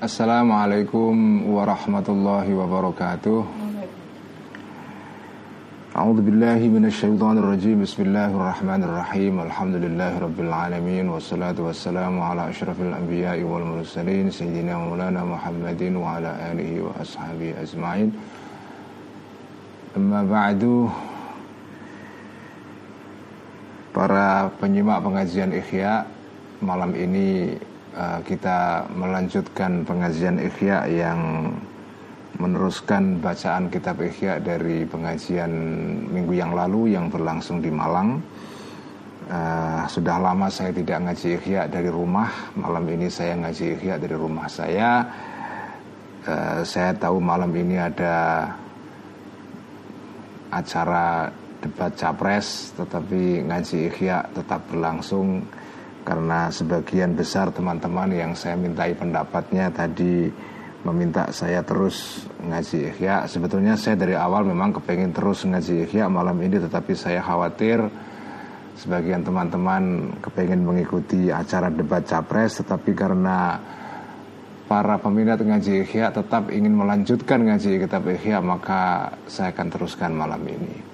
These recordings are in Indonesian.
Assalamualaikum warahmatullahi wabarakatuh. A'udzu billahi minasyaitonir rajim. Bismillahirrahmanirrahim. Alhamdulillahirabbil alamin wassalatu wassalamu ala asyrafil anbiya'i wal mursalin sayyidina maulana Muhammadin wa ala alihi wa ashabihi ajmain. Amma ba'du. Para penyimak pengajian Ihya, malam ini kita melanjutkan pengajian Ihya yang meneruskan bacaan kitab Ihya dari pengajian minggu yang lalu yang berlangsung di Malang. Sudah lama saya tidak ngaji Ihya dari rumah. Malam ini saya ngaji Ihya dari rumah saya. Saya tahu malam ini ada acara debat capres, tetapi ngaji Ihya tetap berlangsung karena sebagian besar teman-teman yang saya mintai pendapatnya tadi meminta saya terus ngaji Ihya. Sebetulnya saya dari awal memang kepengen terus ngaji Ihya malam ini, tetapi saya khawatir sebagian teman-teman kepengen mengikuti acara debat capres, tetapi karena para peminat ngaji Ihya tetap ingin melanjutkan ngaji kitab Ihya, maka saya akan teruskan malam ini.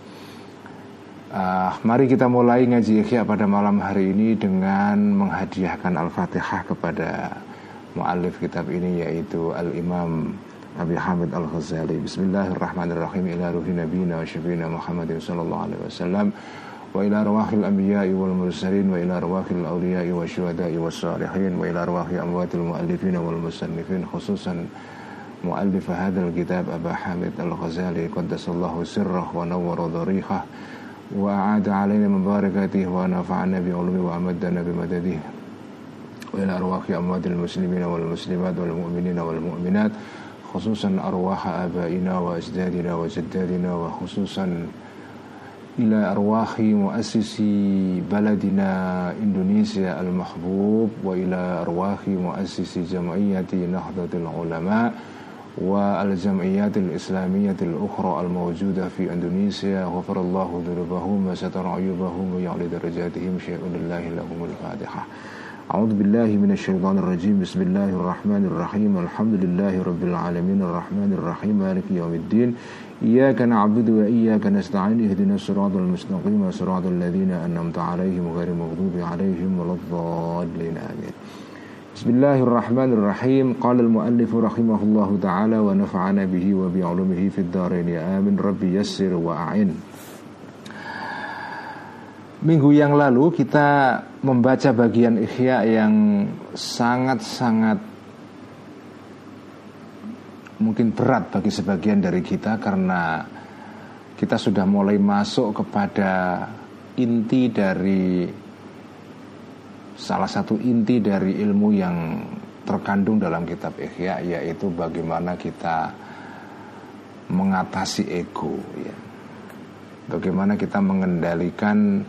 Mari kita mulai ngaji Ihya pada malam hari ini dengan menghadiahkan Al-Fatihah kepada muallif kitab ini, yaitu Al-Imam Abi Hamid Al-Ghazali. Bismillahirrahmanirrahim. Ila ruhi nabiyina wa syafiina Muhammadin sallallahu alaihi wasallam wa ila arwahil anbiya'i wal mursalin wa ila arwahil awliya'i wa syuhada'i was salihin wa ila arwahi amwatil muallifin wal musannifin, khususan muallif hadzal kitab Abi Hamid Al-Ghazali qaddasallahu sirrahu wa nawwara dharihah wa a'ada alaina mubarakatihi wa nafa'ana bi ulumi wa amaddana bi madadihi wa ila arwahi amwadil muslimina wal muslimat wal mu'minina wal mu'minat, khususan arwah abaina wa ajdadina wa jaddadina wa khususan ila arwahi muassisi baladina Indonesia al-mahbub wa ila arwahi muassisi jam'iyyati Nahdlatul Ulama wa al-jam'iyyatil islamiyatil ukhra al-mawjudah fi Indonesia. Ghafarallahu dzunubahum wa satara ayubahum wa ya'li darajatihim syai'un lillahi lahumul Fatihah. A'udzu billahi minasyaitonir rajim. Bismillahirrahmanirrahim. Alhamdulillahi rabbil alamin arrahmanir rahim maliki yaumiddin. Iyyaka na'budu wa iyyaka nasta'in. Ihdinas siratal mustaqim, siratal ladzina an'amta 'alaihim ghairil maghdubi 'alaihim waladdallin. Amin. Bismillahirrahmanirrahim. Qala al-muallif rahimahullahu ta'ala wa nafa'ana bihi wa bi'ulumihi fid dharain amin. Rabbi yassir wa a'in. Minggu yang lalu kita membaca bagian Ihya yang sangat-sangat mungkin berat bagi sebagian dari kita, karena kita sudah mulai masuk kepada inti dari salah satu inti dari ilmu yang terkandung dalam kitab Ihya, yaitu bagaimana kita mengatasi ego, ya. Bagaimana kita mengendalikan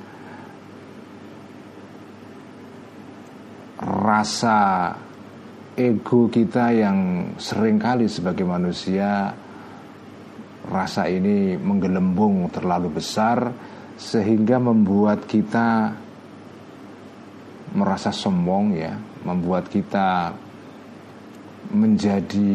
rasa ego kita yang seringkali sebagai manusia rasa ini menggelembung terlalu besar sehingga membuat kita merasa sombong, ya, membuat kita menjadi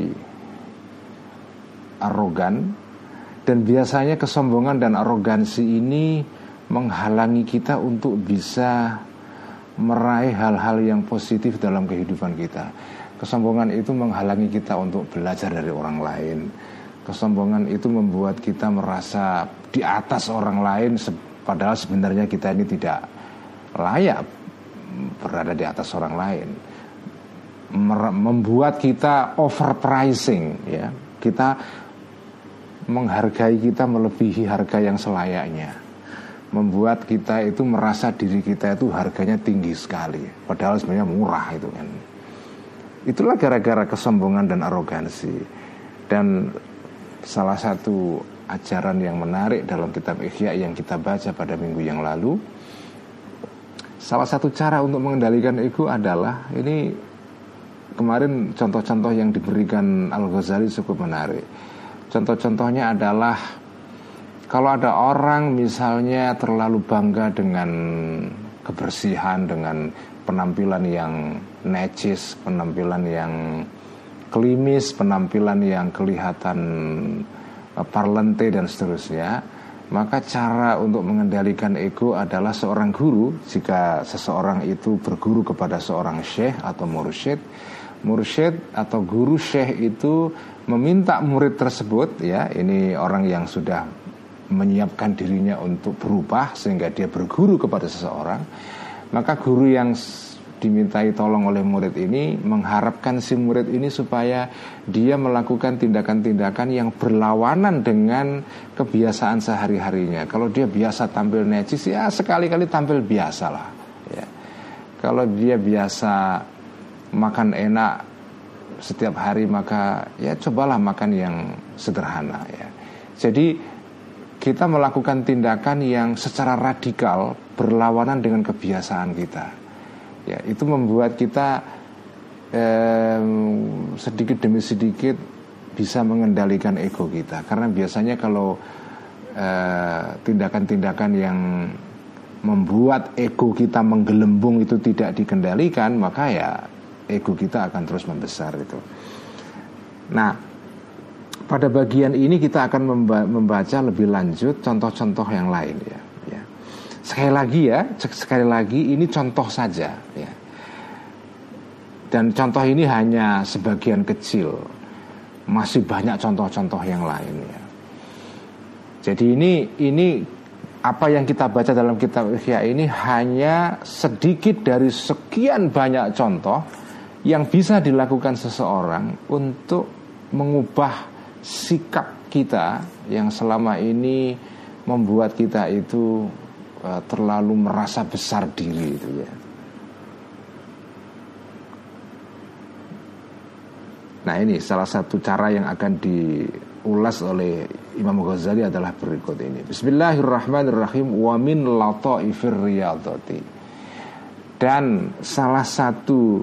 arogan. Dan biasanya kesombongan dan arogansi ini menghalangi kita untuk bisa meraih hal-hal yang positif dalam kehidupan kita. Kesombongan itu menghalangi kita untuk belajar dari orang lain. Kesombongan itu membuat kita merasa di atas orang lain, padahal sebenarnya kita ini tidak layak berada di atas orang lain. Membuat kita overpricing, ya. Kita menghargai, kita melebihi harga yang selayaknya. Membuat kita itu merasa diri kita itu harganya tinggi sekali, padahal sebenarnya murah itu kan. Itulah gara-gara kesombongan dan arogansi. Dan salah satu ajaran yang menarik dalam kitab Ihya yang kita baca pada minggu yang lalu, salah satu cara untuk mengendalikan ego adalah ini. Kemarin contoh-contoh yang diberikan Al-Ghazali cukup menarik. Contoh-contohnya adalah kalau ada orang misalnya terlalu bangga dengan kebersihan, dengan penampilan yang necis, penampilan yang klimis, penampilan yang kelihatan parlente dan seterusnya, maka cara untuk mengendalikan ego adalah seorang guru. Jika seseorang itu berguru kepada seorang syekh atau mursyid atau guru syekh itu meminta murid tersebut, ya, ini orang yang sudah menyiapkan dirinya untuk berubah sehingga dia berguru kepada seseorang, maka guru yang dimintai tolong oleh murid ini mengharapkan si murid ini supaya dia melakukan tindakan-tindakan yang berlawanan dengan kebiasaan sehari-harinya. Kalau dia biasa tampil necis, ya sekali-kali tampil biasa lah, ya. Kalau dia biasa makan enak setiap hari, maka ya cobalah makan yang sederhana, ya. Jadi kita melakukan tindakan yang secara radikal berlawanan dengan kebiasaan kita. Ya, itu membuat kita sedikit demi sedikit bisa mengendalikan ego kita. Karena biasanya kalau tindakan-tindakan yang membuat ego kita menggelembung itu tidak dikendalikan, maka ya ego kita akan terus membesar itu. Nah, pada bagian ini kita akan membaca lebih lanjut contoh-contoh yang lain, ya. Sekali lagi ini contoh saja, ya. Dan contoh ini hanya sebagian kecil. Masih banyak contoh-contoh yang lain, ya. Jadi ini apa yang kita baca dalam kitab Ihya ini hanya sedikit dari sekian banyak contoh yang bisa dilakukan seseorang untuk mengubah sikap kita yang selama ini membuat kita itu terlalu merasa besar diri itu, ya. Nah, ini salah satu cara yang akan diulas oleh Imam Ghazali adalah berikut ini. Bismillahirrahmanirrahim. Wa min lataifir riyadhati. Dan salah satu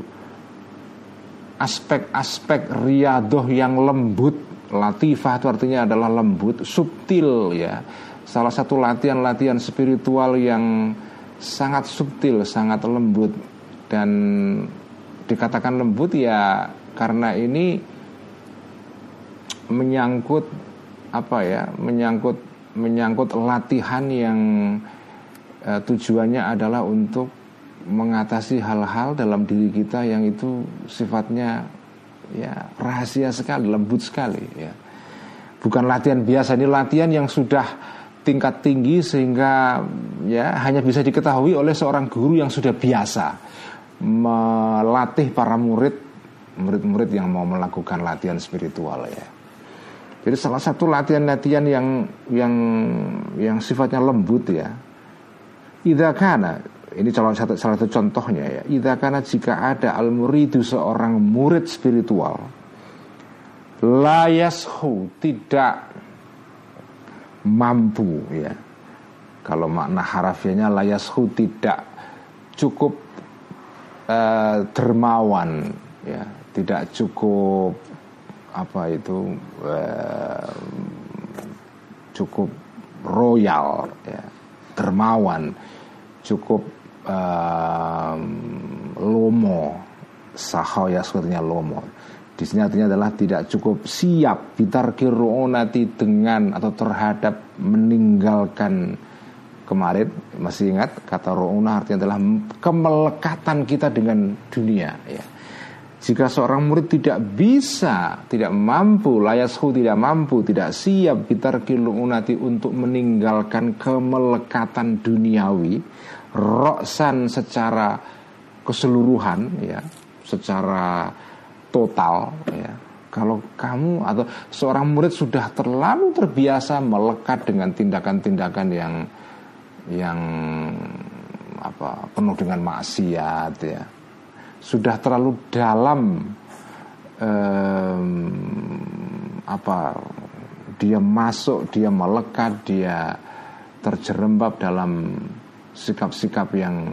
aspek-aspek riyadoh yang lembut, latifah itu artinya adalah lembut, subtil, ya. Salah satu latihan-latihan spiritual yang sangat subtil, sangat lembut. Dan dikatakan lembut ya karena ini menyangkut menyangkut latihan yang tujuannya adalah untuk mengatasi hal-hal dalam diri kita yang itu sifatnya ya rahasia sekali, lembut sekali, ya. Bukan latihan biasa, ini latihan yang sudah tingkat tinggi sehingga ya hanya bisa diketahui oleh seorang guru yang sudah biasa melatih para murid-murid yang mau melakukan latihan spiritual, ya. Jadi salah satu latihan-latihan yang sifatnya lembut, ya. Idza kana, ini salah satu contohnya, ya. Idza kana, jika ada al-muridu, seorang murid spiritual, la yashu, tidak mampu, ya. Kalau makna harafiahnya la yashu, tidak cukup dermawan, ya, tidak cukup cukup royal, ya, dermawan, cukup lomo, sahoya sepertinya lomo. Di sini artinya adalah tidak cukup siap bitarkir ru'unati, dengan atau terhadap meninggalkan. Kemarin masih ingat kata ru'unah artinya adalah kemelekatan kita dengan dunia, ya. Jika seorang murid tidak mampu, layashu, tidak mampu, tidak siap bitarkir ru'unati, untuk meninggalkan kemelekatan duniawi, roksan, secara keseluruhan, ya, secara total, ya. Kalau kamu atau seorang murid sudah terlalu terbiasa melekat dengan tindakan-tindakan yang penuh dengan maksiat, ya, sudah terlalu dalam dia masuk, dia melekat, dia terjerembab dalam sikap-sikap yang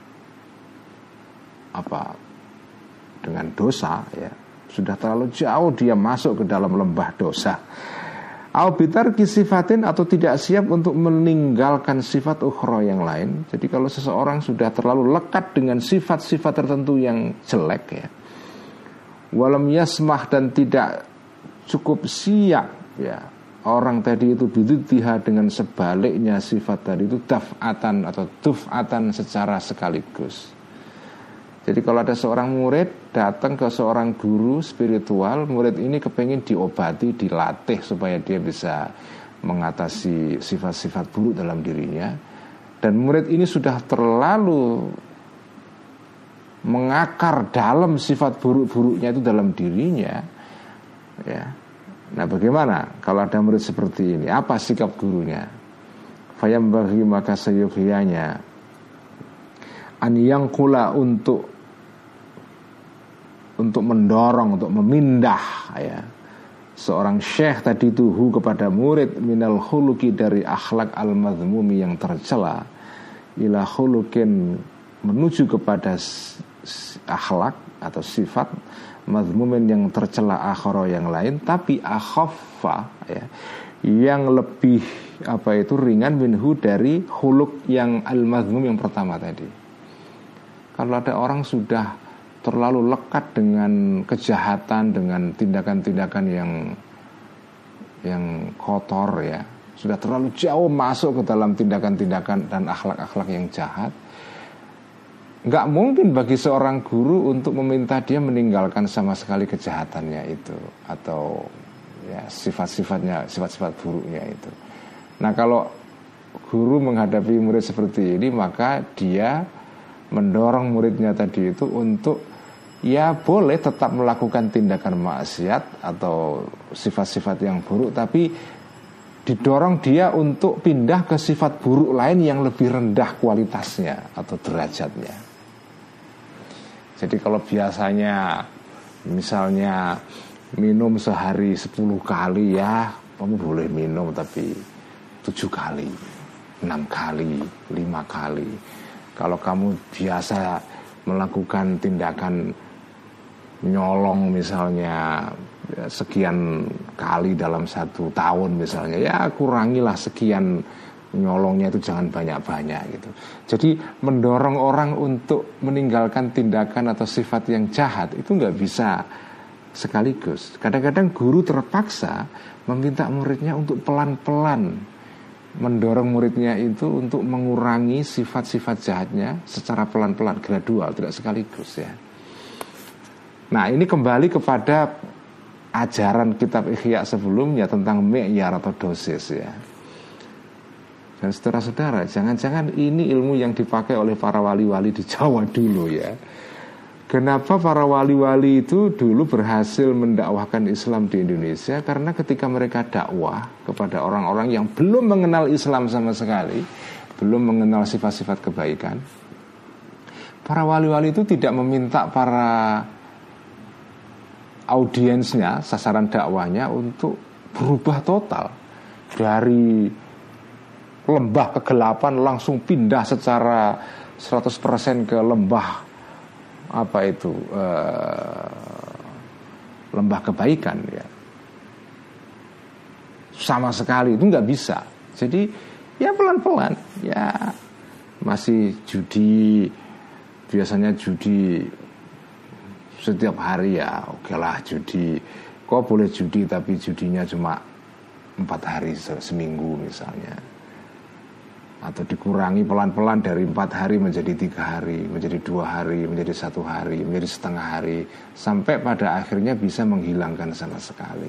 dengan dosa, ya, sudah terlalu jauh dia masuk ke dalam lembah dosa. Au bitarki sifatin, atau tidak siap untuk meninggalkan sifat ukhra yang lain. Jadi kalau seseorang sudah terlalu lekat dengan sifat-sifat tertentu yang jelek, ya, walam yasmah, dan tidak cukup siap ya orang tadi itu bididdiha dengan sebaliknya sifat tadi itu daf'atan atau duf'atan secara sekaligus. Jadi kalau ada seorang murid datang ke seorang guru spiritual, murid ini kepengin diobati, dilatih supaya dia bisa mengatasi sifat-sifat buruk dalam dirinya, dan murid ini sudah terlalu mengakar dalam sifat buruk-buruknya itu dalam dirinya ya. Nah bagaimana kalau ada murid seperti ini? Apa sikap gurunya? Fayambaghi, maka seyogianya an yangkula, untuk mendorong, untuk memindah ya seorang syekh tadi tuhu kepada murid minal khuluqi, dari akhlak al-madhmumi yang tercela, ila khuluqin, menuju kepada akhlak atau sifat madhmumin yang tercela akhara yang lain, tapi akhaffa ya, yang lebih ringan minhu, dari khuluq yang al-madhmum yang pertama tadi. Kalau ada orang sudah terlalu lekat dengan kejahatan, dengan tindakan-tindakan yang kotor ya, sudah terlalu jauh masuk ke dalam tindakan-tindakan dan akhlak-akhlak yang jahat, nggak mungkin bagi seorang guru untuk meminta dia meninggalkan sama sekali kejahatannya itu, atau ya sifat-sifat buruknya itu. Nah kalau guru menghadapi murid seperti ini, maka dia mendorong muridnya tadi itu untuk ya boleh tetap melakukan tindakan maksiat atau sifat-sifat yang buruk, tapi didorong dia untuk pindah ke sifat buruk lain yang lebih rendah kualitasnya atau derajatnya. Jadi kalau biasanya misalnya minum sehari 10 kali ya, kamu boleh minum tapi 7 kali, 6 kali, 5 kali. Kalau kamu biasa melakukan tindakan nyolong misalnya sekian kali dalam 1 tahun misalnya, ya kurangilah sekian nyolongnya itu, jangan banyak-banyak gitu. Jadi mendorong orang untuk meninggalkan tindakan atau sifat yang jahat itu nggak bisa sekaligus. Kadang-kadang guru terpaksa meminta muridnya untuk pelan-pelan mendorong muridnya itu untuk mengurangi sifat-sifat jahatnya secara pelan-pelan, gradual, tidak sekaligus ya. Nah ini kembali kepada ajaran kitab Ihya sebelumnya tentang mi'yar atau dosis ya. Dan saudara-saudara, jangan-jangan ini ilmu yang dipakai oleh para wali-wali di Jawa dulu ya. Kenapa para wali-wali itu dulu berhasil mendakwahkan Islam di Indonesia? Karena ketika mereka dakwah kepada orang-orang yang belum mengenal Islam sama sekali, belum mengenal sifat-sifat kebaikan, para wali-wali itu tidak meminta para audiensnya, sasaran dakwahnya untuk berubah total dari lembah kegelapan langsung pindah secara 100% ke lembah lembah kebaikan ya. Sama sekali itu nggak bisa. Jadi ya pelan-pelan ya, masih judi, biasanya judi setiap hari ya, oke lah judi. Kok boleh judi tapi judinya cuma 4 hari seminggu misalnya, atau dikurangi pelan-pelan dari 4 hari menjadi 3 hari, menjadi 2 hari, menjadi 1 hari, menjadi setengah hari, sampai pada akhirnya bisa menghilangkan sama sekali.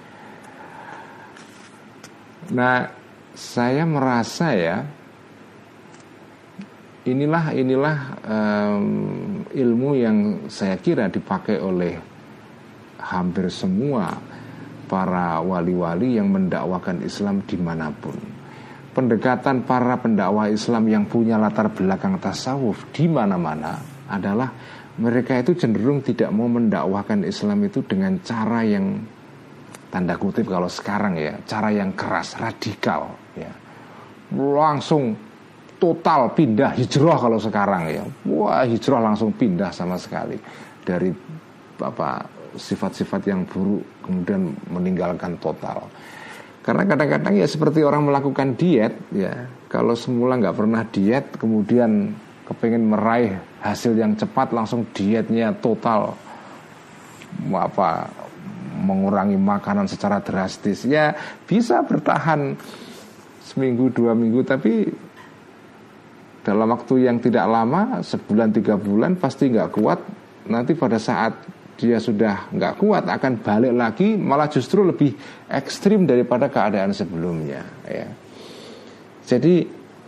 Nah, saya merasa ya, inilah ilmu yang saya kira dipakai oleh hampir semua para wali-wali yang mendakwakan Islam dimanapun. Pendekatan para pendakwah Islam yang punya latar belakang tasawuf di mana-mana adalah mereka itu cenderung tidak mau mendakwahkan Islam itu dengan cara yang tanda kutip kalau sekarang ya, cara yang keras, radikal ya. Langsung total pindah, hijrah kalau sekarang ya. Wah, hijrah langsung pindah sama sekali dari sifat-sifat yang buruk kemudian meninggalkan total. Karena kadang-kadang ya seperti orang melakukan diet ya. Kalau semula nggak pernah diet, kemudian kepengen meraih hasil yang cepat, langsung dietnya total mengurangi makanan secara drastis, ya bisa bertahan seminggu 2 minggu, tapi dalam waktu yang tidak lama, sebulan 3 bulan pasti nggak kuat. Nanti pada saat dia sudah nggak kuat akan balik lagi, malah justru lebih ekstrim daripada keadaan sebelumnya, ya. Jadi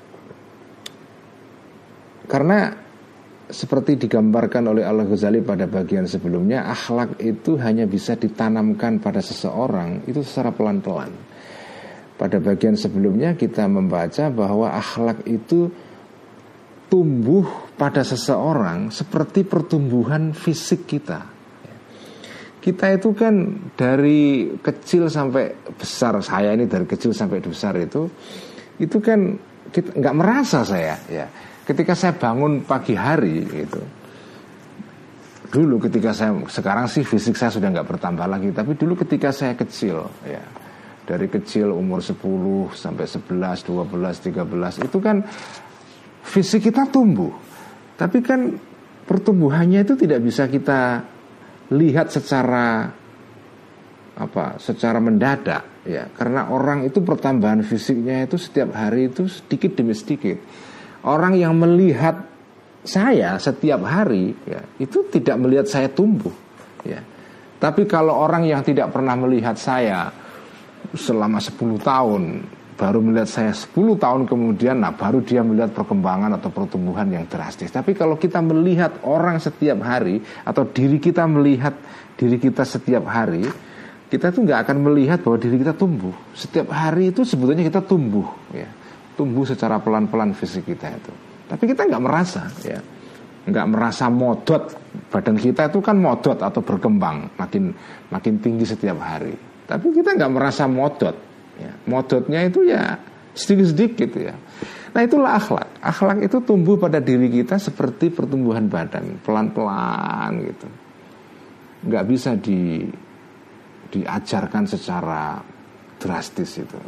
karena seperti digambarkan oleh Al-Ghazali pada bagian sebelumnya, akhlak itu hanya bisa ditanamkan pada seseorang itu secara pelan-pelan. Pada bagian sebelumnya kita membaca bahwa akhlak itu tumbuh pada seseorang seperti pertumbuhan fisik kita. Kita itu kan dari kecil sampai besar, saya ini dari kecil sampai besar itu kan kita nggak merasa saya, ya. Ketika saya bangun pagi hari itu, dulu ketika sekarang sih fisik saya sudah nggak bertambah lagi, tapi dulu ketika saya kecil, ya, dari kecil umur 10 sampai 11, 12, 13 itu kan fisik kita tumbuh. Tapi kan pertumbuhannya itu tidak bisa kita lihat secara mendadak, ya, karena orang itu pertambahan fisiknya itu setiap hari itu sedikit demi sedikit. Orang yang melihat saya setiap hari, ya, itu tidak melihat saya tumbuh, ya. Tapi kalau orang yang tidak pernah melihat saya selama 10 tahun, baru melihat saya 10 tahun kemudian, nah baru dia melihat perkembangan atau pertumbuhan yang drastis. Tapi kalau kita melihat orang setiap hari, atau diri kita melihat diri kita setiap hari, kita tuh nggak akan melihat bahwa diri kita tumbuh. Setiap hari itu sebetulnya kita tumbuh, ya. Tumbuh secara pelan-pelan fisik kita itu. Tapi kita nggak merasa, ya, nggak merasa modot. Badan kita itu kan modot atau berkembang, makin tinggi setiap hari. Tapi kita nggak merasa modot, ya. Modotnya itu ya sedikit-sedikit, ya. Nah itulah akhlak. Akhlak itu tumbuh pada diri kita seperti pertumbuhan badan, pelan-pelan gitu. Nggak bisa diajarkan secara drastis itu.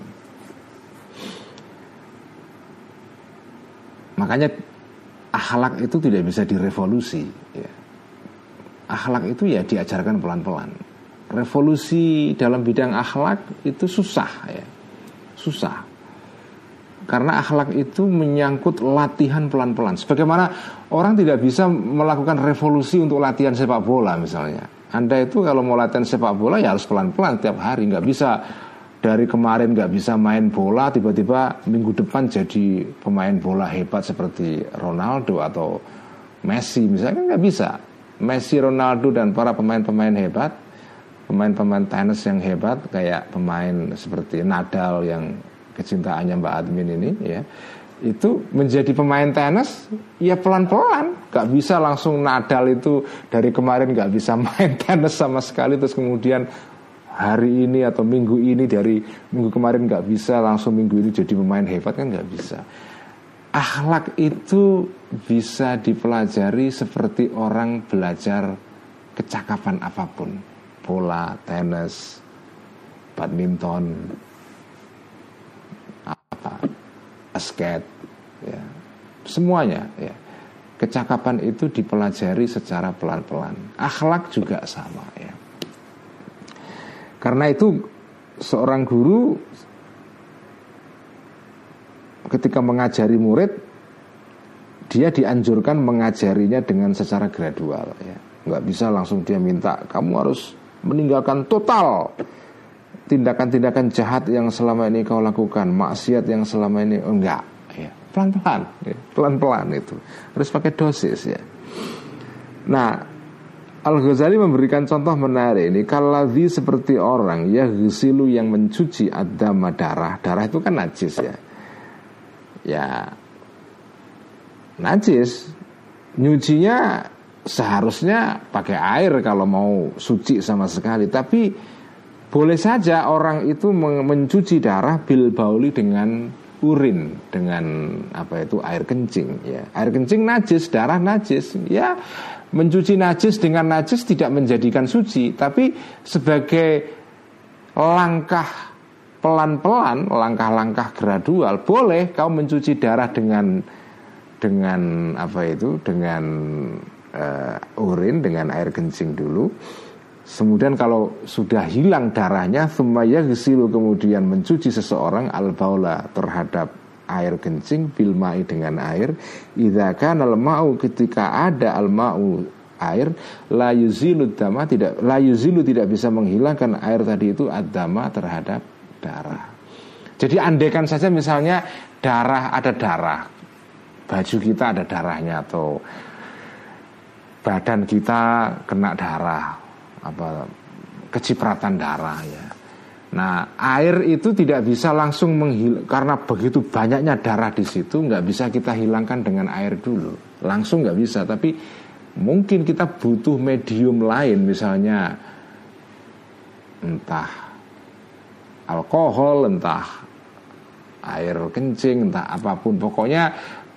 Makanya akhlak itu tidak bisa direvolusi, ya. Akhlak itu ya diajarkan pelan-pelan. Revolusi dalam bidang akhlak itu susah, ya. Susah. Karena akhlak itu menyangkut latihan pelan-pelan. Sebagaimana orang tidak bisa melakukan revolusi untuk latihan sepak bola misalnya. Anda itu kalau mau latihan sepak bola ya harus pelan-pelan tiap hari. Nggak bisa dari kemarin nggak bisa main bola, tiba-tiba minggu depan jadi pemain bola hebat seperti Ronaldo atau Messi misalnya, kan nggak bisa. Messi, Ronaldo dan para pemain-pemain hebat, pemain-pemain tenis yang hebat kayak pemain seperti Nadal yang kecintaannya Mbak Admin ini, ya, itu menjadi pemain tenis ya pelan-pelan. Nggak bisa langsung Nadal itu dari kemarin nggak bisa main tenis sama sekali terus kemudian hari ini atau minggu ini dari minggu kemarin nggak bisa langsung minggu ini jadi pemain hebat, kan nggak bisa. Akhlak itu bisa dipelajari seperti orang belajar kecakapan apapun, bola, tenis, badminton, basket, ya, semuanya, ya. Kecakapan itu dipelajari secara pelan-pelan. Akhlak juga sama, ya. Karena itu seorang guru ketika mengajari murid, dia dianjurkan mengajarinya dengan secara gradual, ya. Nggak bisa langsung dia minta kamu harus meninggalkan total tindakan-tindakan jahat yang selama ini kau lakukan, maksiat yang selama ini, enggak, ya. Pelan-pelan, ya. Pelan-pelan itu harus pakai dosis, ya. Nah, Al-Ghazali memberikan contoh menarik ini. Kalladzi seperti orang ya ghisilu yang mencuci ad-dama darah. Darah itu kan najis, ya. Ya najis. Nyucinya seharusnya pakai air kalau mau suci sama sekali. Tapi boleh saja orang itu mencuci darah bil bauli dengan urin, dengan air kencing, ya. Air kencing najis, darah najis, ya. Mencuci najis dengan najis tidak menjadikan suci, tapi sebagai langkah pelan-pelan, langkah-langkah gradual, boleh kau mencuci darah dengan urin, dengan air kencing dulu, Kemudian kalau sudah hilang darahnya, tsumma yaghsilu, kemudian mencuci seseorang al-baula terhadap air kencing bil ma'i dengan air. Idza kana al-ma'u, ketika ada al-ma'u air, la yuzilu dama, tidak bisa menghilangkan air tadi itu ad-dama terhadap darah. Jadi andaikan saja misalnya ada darah, baju kita ada darahnya, atau badan kita kena darah, kecipratan darah ya. Nah, air itu tidak bisa langsung karena begitu banyaknya darah di situ, nggak bisa kita hilangkan dengan air dulu, langsung nggak bisa. Tapi mungkin kita butuh medium lain, misalnya entah alkohol, entah air kencing, entah apapun, pokoknya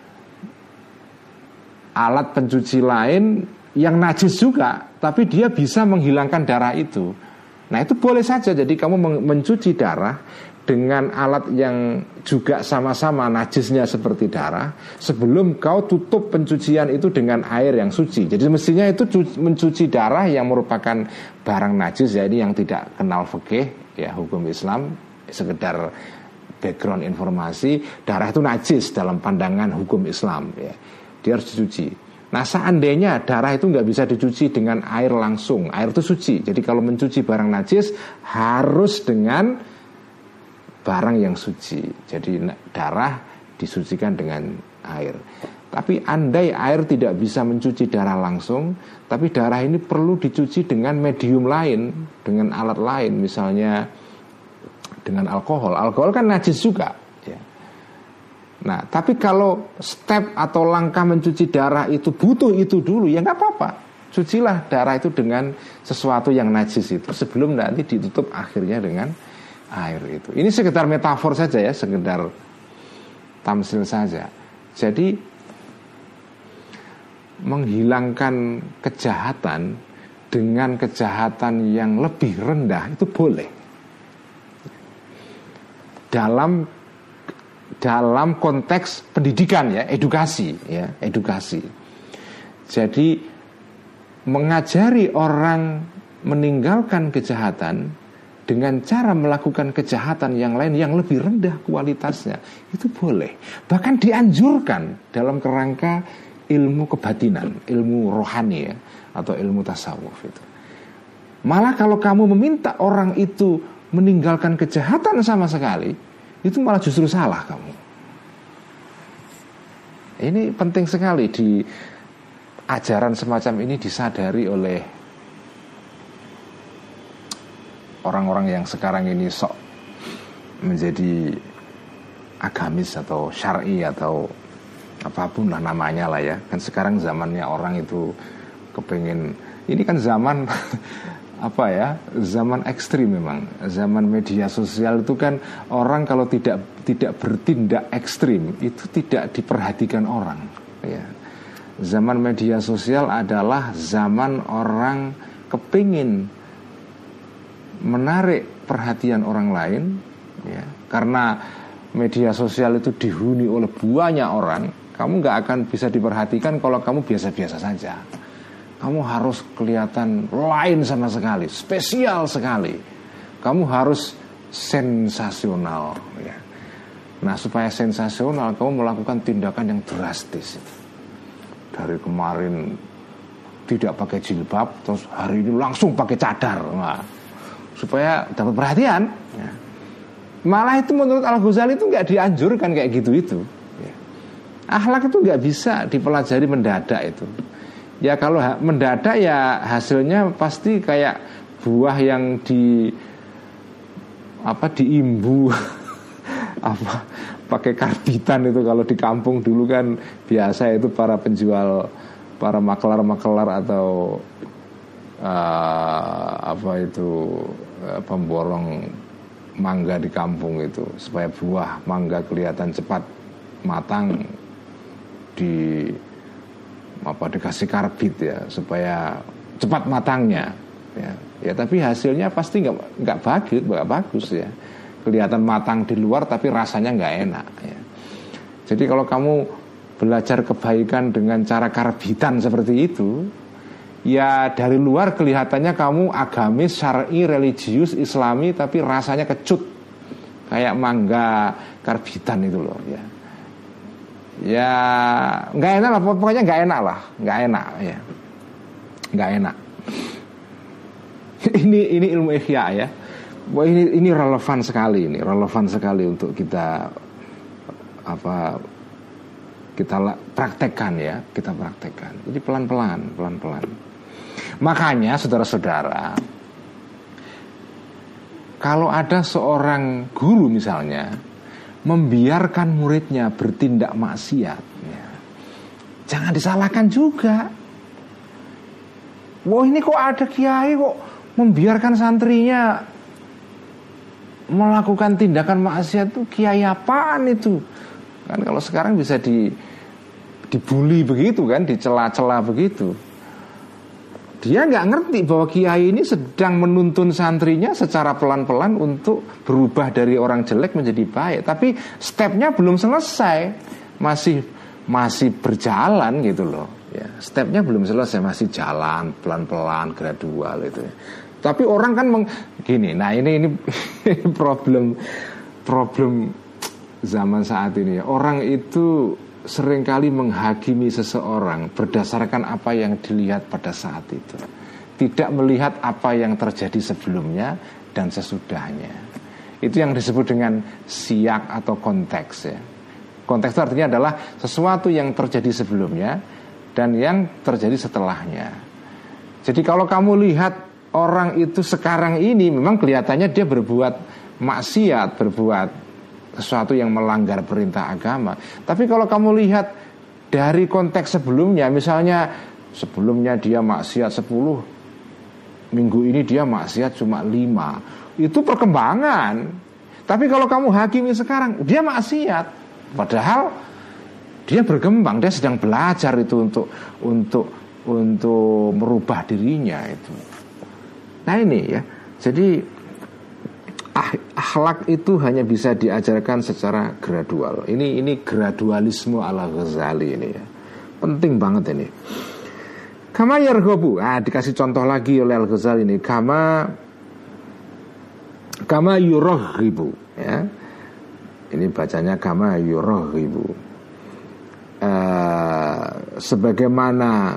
alat pencuci lain yang najis juga, tapi dia bisa menghilangkan darah itu. Nah, itu boleh saja. Jadi kamu mencuci darah dengan alat yang juga sama-sama najisnya seperti darah, sebelum kau tutup pencucian itu dengan air yang suci. Jadi mestinya itu mencuci darah yang merupakan barang najis, ya, ini yang tidak kenal fikih ya, hukum Islam, sekedar background informasi. Darah itu najis dalam pandangan hukum Islam ya, dia harus dicuci. Nah, seandainya darah itu nggak bisa dicuci dengan air langsung, air itu suci. Jadi kalau mencuci barang najis harus dengan barang yang suci. Jadi darah disucikan dengan air. Tapi andai air tidak bisa mencuci darah langsung, tapi darah ini perlu dicuci dengan medium lain, dengan alat lain, misalnya dengan alkohol. Alkohol kan najis juga. Nah, tapi kalau step atau langkah mencuci darah itu butuh itu dulu, ya nggak apa-apa. Cucilah darah itu dengan sesuatu yang najis itu sebelum nanti ditutup akhirnya dengan air itu. Ini sekedar metafor saja ya, sekedar tamsil saja. Jadi menghilangkan kejahatan dengan kejahatan yang lebih rendah itu boleh. Dalam konteks pendidikan ya, edukasi. Jadi mengajari orang meninggalkan kejahatan dengan cara melakukan kejahatan yang lain yang lebih rendah kualitasnya, itu boleh. Bahkan dianjurkan dalam kerangka ilmu kebatinan, ilmu rohani ya, atau ilmu tasawuf itu. Malah kalau kamu meminta orang itu meninggalkan kejahatan sama sekali, itu malah justru salah kamu. Ini penting sekali di ajaran semacam ini disadari oleh orang-orang yang sekarang ini sok menjadi agamis atau syar'i atau apapun lah namanya lah ya. Kan sekarang zamannya orang itu kepengen, ini kan zaman zaman ekstrim memang. Zaman media sosial itu kan orang kalau tidak bertindak ekstrim itu tidak diperhatikan orang ya. Zaman media sosial adalah zaman orang kepingin menarik perhatian orang lain ya. Karena media sosial itu dihuni oleh banyak orang, kamu gak akan bisa diperhatikan kalau kamu biasa-biasa saja. Kamu harus kelihatan lain sama sekali, spesial sekali. Kamu harus sensasional ya. Nah, supaya sensasional kamu melakukan tindakan yang drastis. Dari kemarin tidak pakai jilbab, terus hari ini langsung pakai cadar. Nah, supaya dapat perhatian ya. Malah itu menurut Al-Ghazali itu gak dianjurkan kayak gitu itu ya. Akhlak itu gak bisa dipelajari mendadak itu. Ya kalau mendadak ya hasilnya pasti kayak buah yang diimbu pakai karbitan itu. Kalau di kampung dulu kan biasa itu para penjual, para makelar atau pemborong mangga di kampung itu, supaya buah mangga kelihatan cepat matang dikasih karbit ya, supaya cepat matangnya ya tapi hasilnya pasti nggak bagus ya, kelihatan matang di luar tapi rasanya nggak enak ya. Jadi kalau kamu belajar kebaikan dengan cara karbitan seperti ya dari luar kelihatannya kamu agamis, syar'i, religius, islami, tapi rasanya kecut kayak mangga karbitan itu loh ya. Ya nggak enak lah, pokoknya nggak enak lah, nggak enak ya, nggak enak. Ini ilmu ihya ya. Wah, ini relevan sekali, ini relevan sekali untuk kita kita praktekkan ya, kita praktekkan. Jadi pelan-pelan. Makanya saudara-saudara, kalau ada seorang guru misalnya membiarkan muridnya bertindak maksiat, ya, jangan disalahkan juga. Wah, ini kok ada kiai kok membiarkan santrinya melakukan tindakan maksiat, tuh kiai apaan itu? Kan kalau sekarang bisa dibully begitu kan, dicela-cela begitu. Dia nggak ngerti bahwa kiai ini sedang menuntun santrinya secara pelan-pelan untuk berubah dari orang jelek menjadi baik. Tapi stepnya belum selesai, masih berjalan gitu loh. Ya, stepnya belum selesai, masih jalan pelan-pelan, gradual itu. Tapi orang kan gini. Nah ini problem zaman saat ini. Orang itu seringkali menghakimi seseorang berdasarkan apa yang dilihat pada saat itu, tidak melihat apa yang terjadi sebelumnya dan sesudahnya. Itu yang disebut dengan siyak atau konteks ya. Konteks itu artinya adalah sesuatu yang terjadi sebelumnya dan yang terjadi setelahnya. Jadi kalau kamu lihat orang itu sekarang ini memang kelihatannya dia berbuat maksiat, berbuat sesuatu yang melanggar perintah agama. Tapi kalau kamu lihat dari konteks sebelumnya, misalnya sebelumnya dia maksiat 10, minggu ini dia maksiat cuma 5, itu perkembangan. Tapi kalau kamu hakimi sekarang, dia maksiat, padahal dia berkembang, dia sedang belajar itu untuk merubah dirinya itu. Nah ini ya, jadi akhlak itu hanya bisa diajarkan secara gradual. Ini gradualisme ala Ghazali ini ya. Penting banget ini. Kama yarghabu. Dikasih contoh lagi oleh Al-Ghazali ini. Kama yuraghibu ya. Ini bacanya kama yuraghibu. Sebagaimana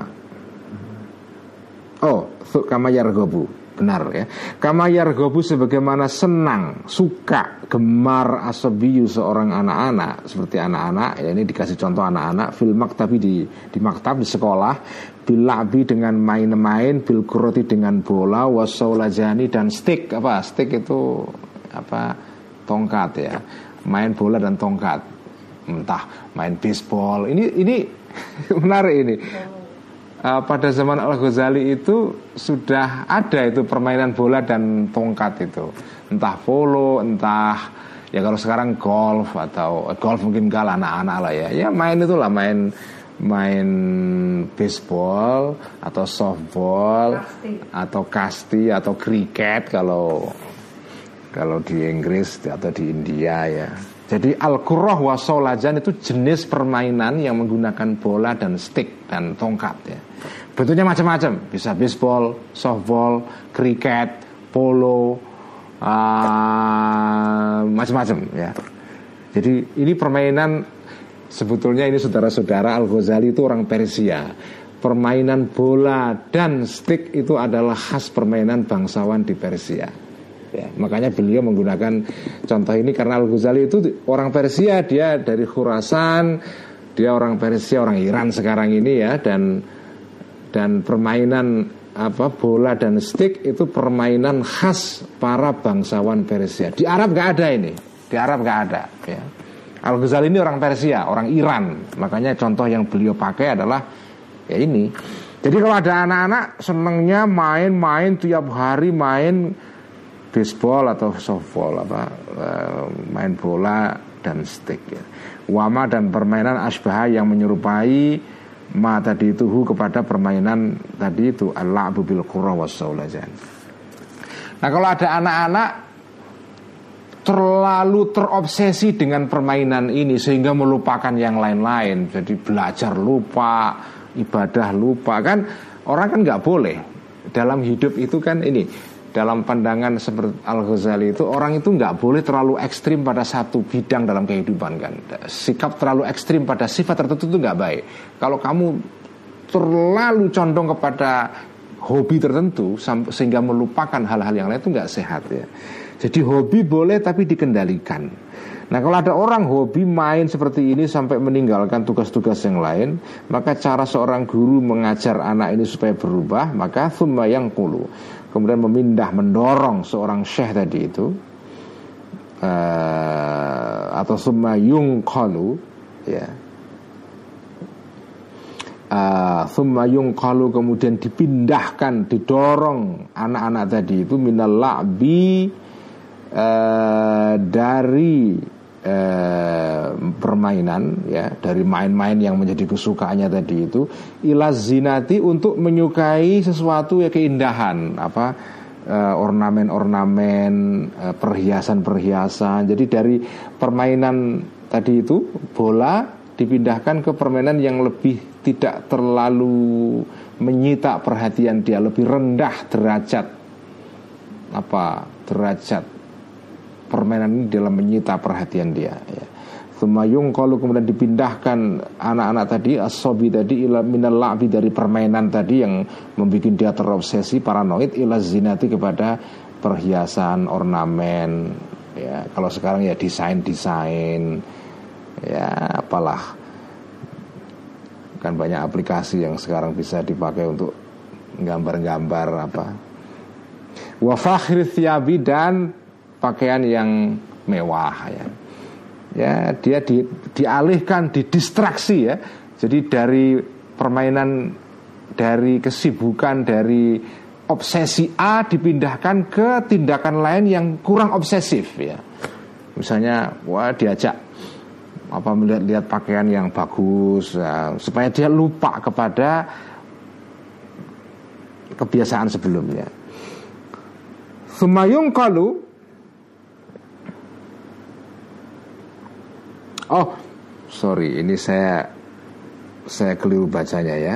kama yarghabu. Benar ya. Kama yarghabu, sebagaimana senang, suka, gemar asabiyu seorang anak-anak, seperti anak-anak ya, ini dikasih contoh anak-anak fil maktabi di maktab, di sekolah, bil la'bi dengan main-main, bil kuroti dengan bola, wasaulajani dan stick. Stick itu tongkat ya. Main bola dan tongkat. Entah main baseball. Ini menarik ini. Pada zaman Al-Ghazali itu sudah ada itu permainan bola dan tongkat itu, entah polo, entah ya kalau sekarang golf, atau golf mungkin kalah anak-anak lah ya main itulah, main baseball atau softball atau kasti atau kriket kalau di Inggris atau di India ya. Jadi al-qurrah wa saulajan itu jenis permainan yang menggunakan bola dan stick dan tongkat ya. Bentuknya macam-macam, bisa baseball, softball, kriket, polo, macam-macam ya. Jadi ini permainan, sebetulnya ini saudara-saudara, Al-Ghazali itu orang Persia. Permainan bola dan stick itu adalah khas permainan bangsawan di Persia. Ya, makanya beliau menggunakan contoh ini karena Al-Ghazali itu orang Persia, dia dari Khurasan, dia orang Persia, orang Iran sekarang ini ya, dan permainan bola dan stick itu permainan khas para bangsawan Persia. Di Arab nggak ada ini, di Arab nggak ada. Ya. Al-Ghazali ini orang Persia, orang Iran, makanya contoh yang beliau pakai adalah ya ini. Jadi kalau ada anak-anak senengnya main tiap hari main baseball atau softball main bola dan stick ya. Wama dan permainan asbah yang menyerupai ma tadi itu kepada permainan tadi itu al-la'bu bil qurra was-saulajan. Nah kalau ada anak-anak terlalu terobsesi dengan permainan ini sehingga melupakan yang lain-lain, jadi belajar lupa, ibadah lupa kan. Orang kan nggak boleh dalam hidup itu kan ini, dalam pandangan seperti Al-Ghazali itu, orang itu nggak boleh terlalu ekstrim pada satu bidang dalam kehidupan kan. Sikap terlalu ekstrim pada sifat tertentu itu nggak baik. Kalau kamu terlalu condong kepada hobi tertentu sehingga melupakan hal-hal yang lain, itu nggak sehat ya. Jadi hobi boleh tapi dikendalikan. Nah kalau ada orang hobi main seperti ini sampai meninggalkan tugas-tugas yang lain, maka cara seorang guru mengajar anak ini supaya berubah, maka thumma yanqulu, kemudian mendorong seorang syekh tadi itu, atau thumma yunqalu, ya, thumma yunqalu, kemudian dipindahkan, didorong anak-anak tadi itu minal la'bi, dari permainan, ya, dari main-main yang menjadi kesukaannya tadi itu, ila zinati, untuk menyukai sesuatu ya, keindahan, ornamen-ornamen, perhiasan-perhiasan. Jadi dari permainan tadi itu bola dipindahkan ke permainan yang lebih tidak terlalu menyita perhatian dia, lebih rendah derajat permainan ini dalam menyita perhatian dia, ya. Sumayung, kalau kemudian dipindahkan anak-anak tadi, as-sobi tadi, ila minal la'bi, dari permainan tadi yang membuat dia terobsesi, paranoid, ila zinati, kepada perhiasan, ornamen, ya. Kalau sekarang ya desain, ya apalah, kan banyak aplikasi yang sekarang bisa dipakai untuk gambar-gambar apa. Wa fakhri thiyabi, dan pakaian yang mewah, ya. Ya, dia dialihkan, didistraksi, ya. Jadi dari permainan, dari kesibukan, dari obsesi A dipindahkan ke tindakan lain yang kurang obsesif, ya. Misalnya, diajak melihat pakaian yang bagus, ya, supaya dia lupa kepada kebiasaan sebelumnya. Sumayung kalu, ini saya keliru bacanya, ya.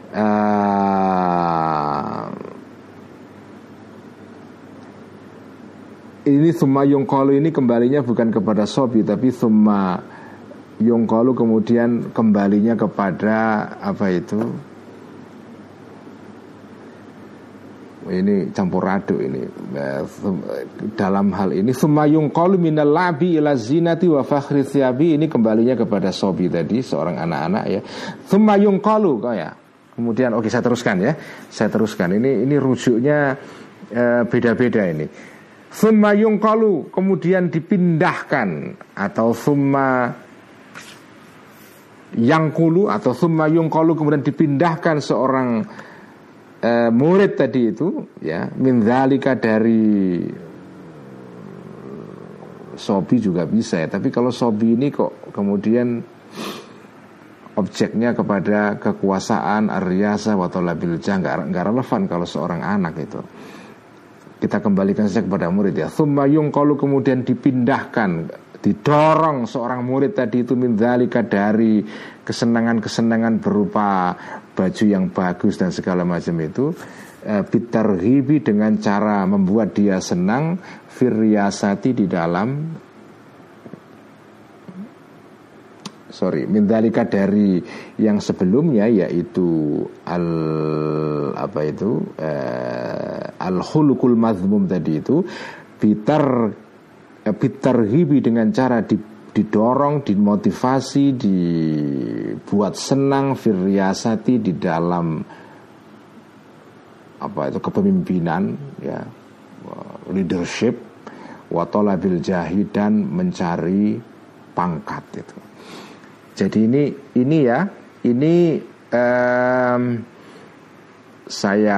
Ini summa yungqalu ini kembalinya bukan kepada sobi, tapi summa yungqalu kemudian kembalinya kepada apa itu? Ini campur aduk ini. Dalam hal ini summa yungqalu minal labi ila zinati wa fakhri thiyabi, ini kembalinya kepada sobi tadi, seorang anak-anak, ya. Summa yungqalu, ya. Kemudian saya teruskan, ya. Ini rujuknya beda-beda ini. Summa yungqalu, kemudian dipindahkan, atau summa yangqulu, atau summa yungqalu, kemudian dipindahkan seorang murid tadi itu, ya, min dzalika, dari sobi juga bisa, ya. Tapi kalau sobi ini kok kemudian objeknya kepada kekuasaan, ar-riyasa wa talabil jah, enggak relevan kalau seorang anak itu. Kita kembalikan saja kepada murid, ya. Tsumma yunqalu, kemudian dipindahkan, didorong seorang murid tadi itu min dzalika, dari kesenangan-kesenangan berupa baju yang bagus dan segala macam itu, bitarghibi, dengan cara membuat dia senang, firriyasati, di dalam min dzalika, dari yang sebelumnya, yaitu al-khuluqul mazmum tadi itu, bitarghibi, dengan cara didorong, dimotivasi, dibuat senang, firriyasati, di dalam kepemimpinan, ya, leadership, wa talabil jahi, dan mencari pangkat itu. Jadi ini saya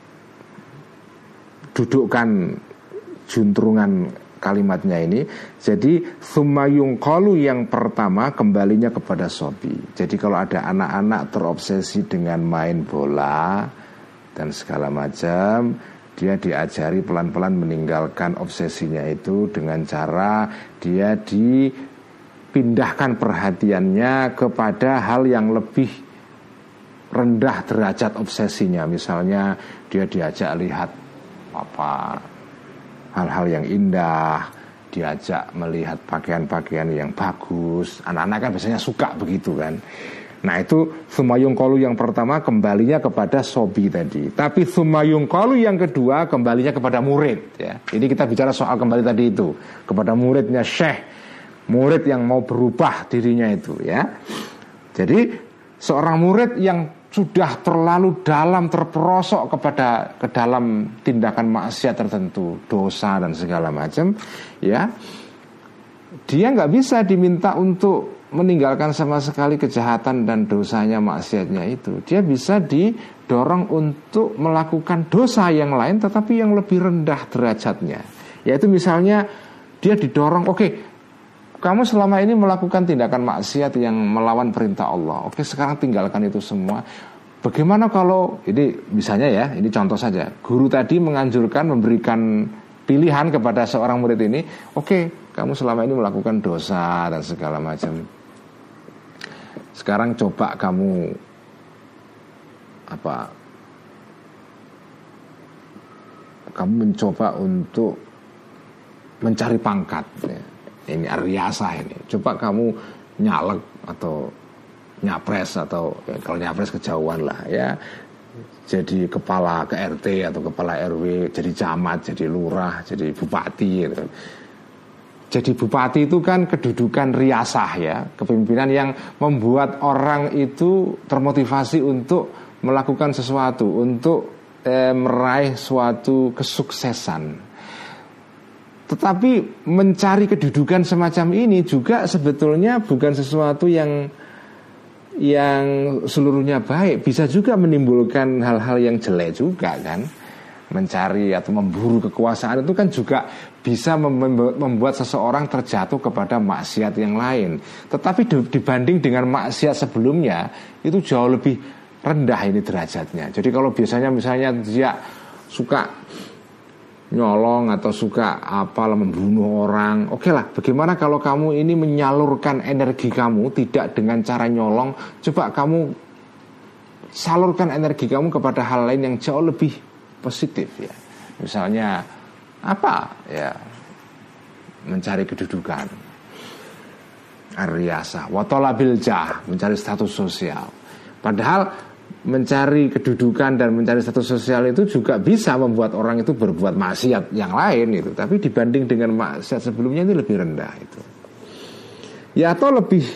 dudukkan juntrungan kalimatnya ini. Jadi tsumma yunqalu yang pertama kembalinya kepada sobi. Jadi kalau ada anak-anak terobsesi dengan main bola dan segala macam, dia diajari pelan-pelan meninggalkan obsesinya itu dengan cara dia dipindahkan perhatiannya kepada hal yang lebih rendah derajat obsesinya. Misalnya dia diajak lihat apa hal-hal yang indah, diajak melihat pakaian-pakaian yang bagus. Anak-anak kan biasanya suka begitu kan. Nah itu sumayung kolu yang pertama kembalinya kepada sobi tadi. Tapi sumayung kolu yang kedua kembalinya kepada murid ya. Ini kita bicara soal kembali tadi itu kepada muridnya syekh, murid yang mau berubah dirinya itu ya. Jadi seorang murid yang sudah terlalu dalam terperosok ke dalam tindakan maksiat tertentu, dosa dan segala macam, ya, dia nggak bisa diminta untuk meninggalkan sama sekali kejahatan dan dosanya maksiatnya itu. Dia bisa didorong untuk melakukan dosa yang lain, tetapi yang lebih rendah derajatnya. Yaitu misalnya dia didorong, oke, kamu selama ini melakukan tindakan maksiat yang melawan perintah Allah. Oke, sekarang tinggalkan itu semua. Bagaimana kalau, ini misalnya ya, ini contoh saja. Guru tadi menganjurkan, memberikan pilihan kepada seorang murid ini. Oke, kamu selama ini melakukan dosa dan segala macam. Sekarang coba kamu kamu mencoba untuk mencari pangkat ya. Ini riasah ini. Coba kamu nyalek atau nyapres atau ya, kalau nyapres kejauhan lah ya. Jadi kepala ke RT atau kepala RW, jadi camat, jadi lurah, jadi bupati gitu. Jadi bupati itu kan kedudukan riasah ya, kepemimpinan yang membuat orang itu termotivasi untuk melakukan sesuatu, untuk meraih suatu kesuksesan. Tetapi mencari kedudukan semacam ini juga sebetulnya bukan sesuatu yang seluruhnya baik. Bisa juga menimbulkan hal-hal yang jelek juga kan. Mencari atau memburu kekuasaan itu kan juga bisa membuat seseorang terjatuh kepada maksiat yang lain. Tetapi dibanding dengan maksiat sebelumnya itu jauh lebih rendah ini derajatnya. Jadi kalau biasanya misalnya dia suka nyolong atau suka membunuh orang, oke lah, bagaimana kalau kamu ini menyalurkan energi kamu tidak dengan cara nyolong, coba kamu salurkan energi kamu kepada hal lain yang jauh lebih positif ya. Misalnya ya, mencari kedudukan, ar-riyasah, wa talabil jah, mencari status sosial. Padahal mencari kedudukan dan mencari status sosial itu juga bisa membuat orang itu berbuat maksiat yang lain itu. Tapi dibanding dengan maksiat sebelumnya ini lebih rendah itu. Ya atau lebih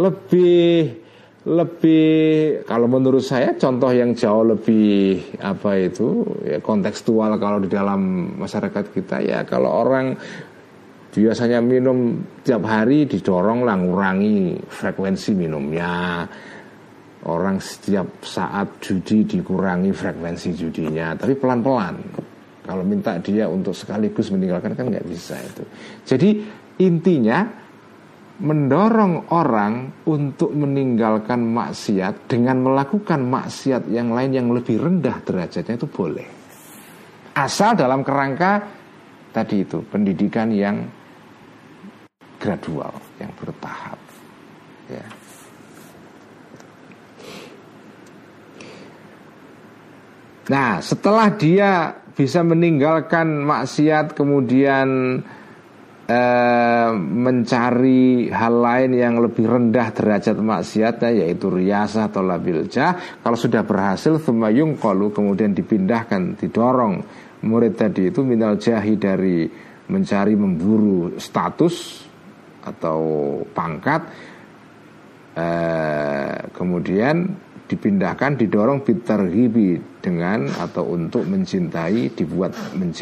kalau menurut saya contoh yang jauh lebih ya, kontekstual kalau di dalam masyarakat kita ya, kalau orang biasanya minum tiap hari didorong lah ngurangi frekuensi minumnya. Orang setiap saat judi dikurangi frekuensi judinya, tapi pelan-pelan. Kalau minta dia untuk sekaligus meninggalkan kan nggak bisa itu. Jadi intinya mendorong orang untuk meninggalkan maksiat dengan melakukan maksiat yang lain yang lebih rendah derajatnya itu boleh. Asal dalam kerangka tadi itu, pendidikan yang gradual, yang bertahap. Ya. Nah, setelah dia bisa meninggalkan maksiat, kemudian mencari hal lain yang lebih rendah derajat maksiatnya, yaitu riyasah atau labil jah. Kalau sudah berhasil, thumayung qalu, kemudian dipindahkan, didorong murid tadi itu minal jahi, dari mencari memburu status atau pangkat, kemudian dipindahkan, didorong bitarghibi, dengan atau untuk mencintai, dibuat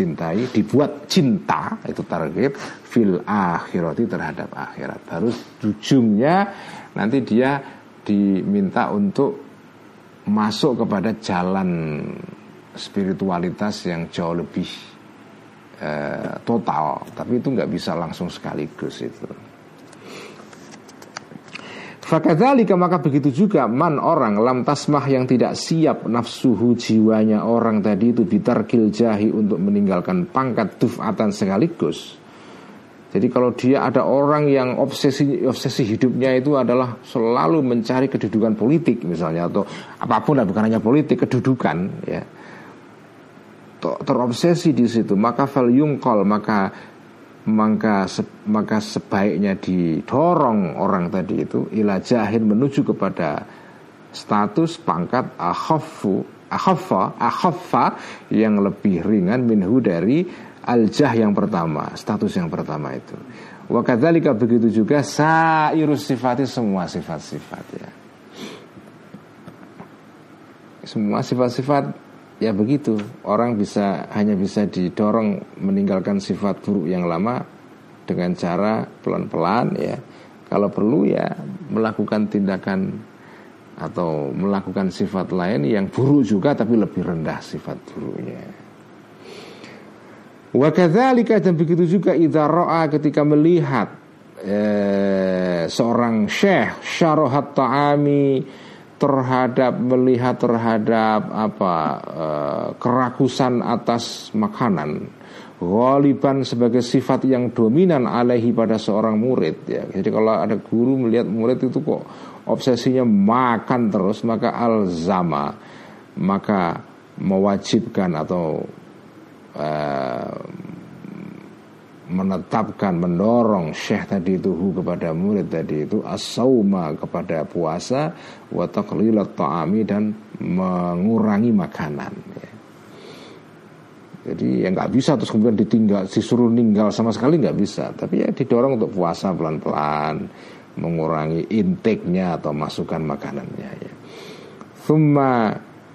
cinta, itu targhib fil akhirati, terhadap akhirat. Baru ujungnya nanti dia diminta untuk masuk kepada jalan spiritualitas yang jauh lebih total. Tapi itu nggak bisa langsung sekaligus itu. Fakadzalika, maka begitu juga man, orang lam tasmah, yang tidak siap nafsuhu, jiwanya orang tadi itu, bitarkil jahi, untuk meninggalkan pangkat, duf'atan, sekaligus. Jadi kalau dia ada orang yang obsesi hidupnya itu adalah selalu mencari kedudukan politik misalnya, atau apapun lah, bukan hanya politik, kedudukan ya, terobsesi di situ, maka fal yungqal, maka sebaiknya didorong orang tadi itu ila jahin, menuju kepada status pangkat akhaffa yang lebih ringan minhu dari al-jah yang pertama, status yang pertama itu. Wa kadzalika, begitu juga sairus sifati, semua sifat-sifat ya. Semua sifat-sifat ya begitu. Orang hanya bisa didorong meninggalkan sifat buruk yang lama dengan cara pelan-pelan ya. Kalau perlu ya melakukan tindakan atau melakukan sifat lain yang buruk juga tapi lebih rendah sifat buruknya. Wa kadzalika, dan begitu juga idza ra'a, ketika melihat seorang syekh syarahat ta'ami, melihat terhadap kerakusan atas makanan, ghaliban, sebagai sifat yang dominan alaihi, pada seorang murid ya. Jadi kalau ada guru melihat murid itu kok obsesinya makan terus, maka alzama, maka mewajibkan atau menetapkan, mendorong syekh tadi itu kepada murid tadi itu as-sauma, kepada puasa, wa taqlilat ta'ami, dan mengurangi makanan ya. Jadi ya nggak bisa terus kemudian disuruh ninggal sama sekali, nggak bisa, tapi ya didorong untuk puasa pelan-pelan, mengurangi intake-nya atau masukan makanannya ya. Thumma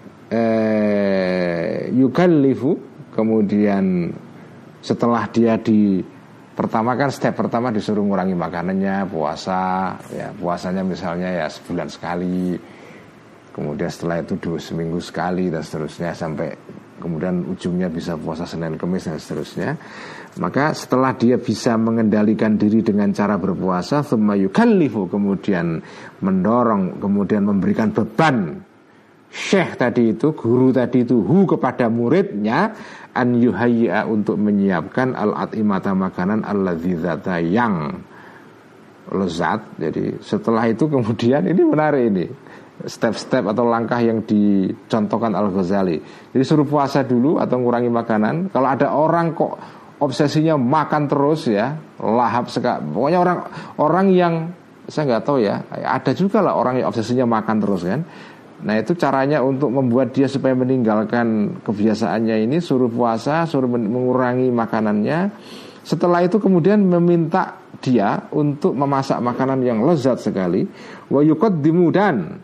yukallifu, kemudian setelah dia pertama kan step pertama disuruh mengurangi makanannya, puasa ya, puasanya misalnya ya sebulan sekali, kemudian setelah itu 2 seminggu sekali, dan seterusnya sampai kemudian ujungnya bisa puasa Senin Kamis dan seterusnya. Maka setelah dia bisa mengendalikan diri dengan cara berpuasa, tsumma yukallifu, kemudian mendorong, kemudian memberikan beban syekh tadi itu, guru tadi itu, kepada muridnya, an yuhayya, untuk menyiapkan al-at'imata, makanan, al-ladzizata, yang lezat. Jadi setelah itu kemudian, ini menarik ini, step-step atau langkah yang dicontohkan Al-Ghazali. Jadi suruh puasa dulu atau ngurangi makanan. Kalau ada orang kok obsesinya makan terus ya, lahap sekali, pokoknya orang yang saya nggak tahu ya, ada juga lah orang yang obsesinya makan terus kan. Nah itu caranya untuk membuat dia supaya meninggalkan kebiasaannya ini, suruh puasa, suruh mengurangi makanannya. Setelah itu kemudian meminta dia untuk memasak makanan yang lezat sekali, wa yuqaddimu, dan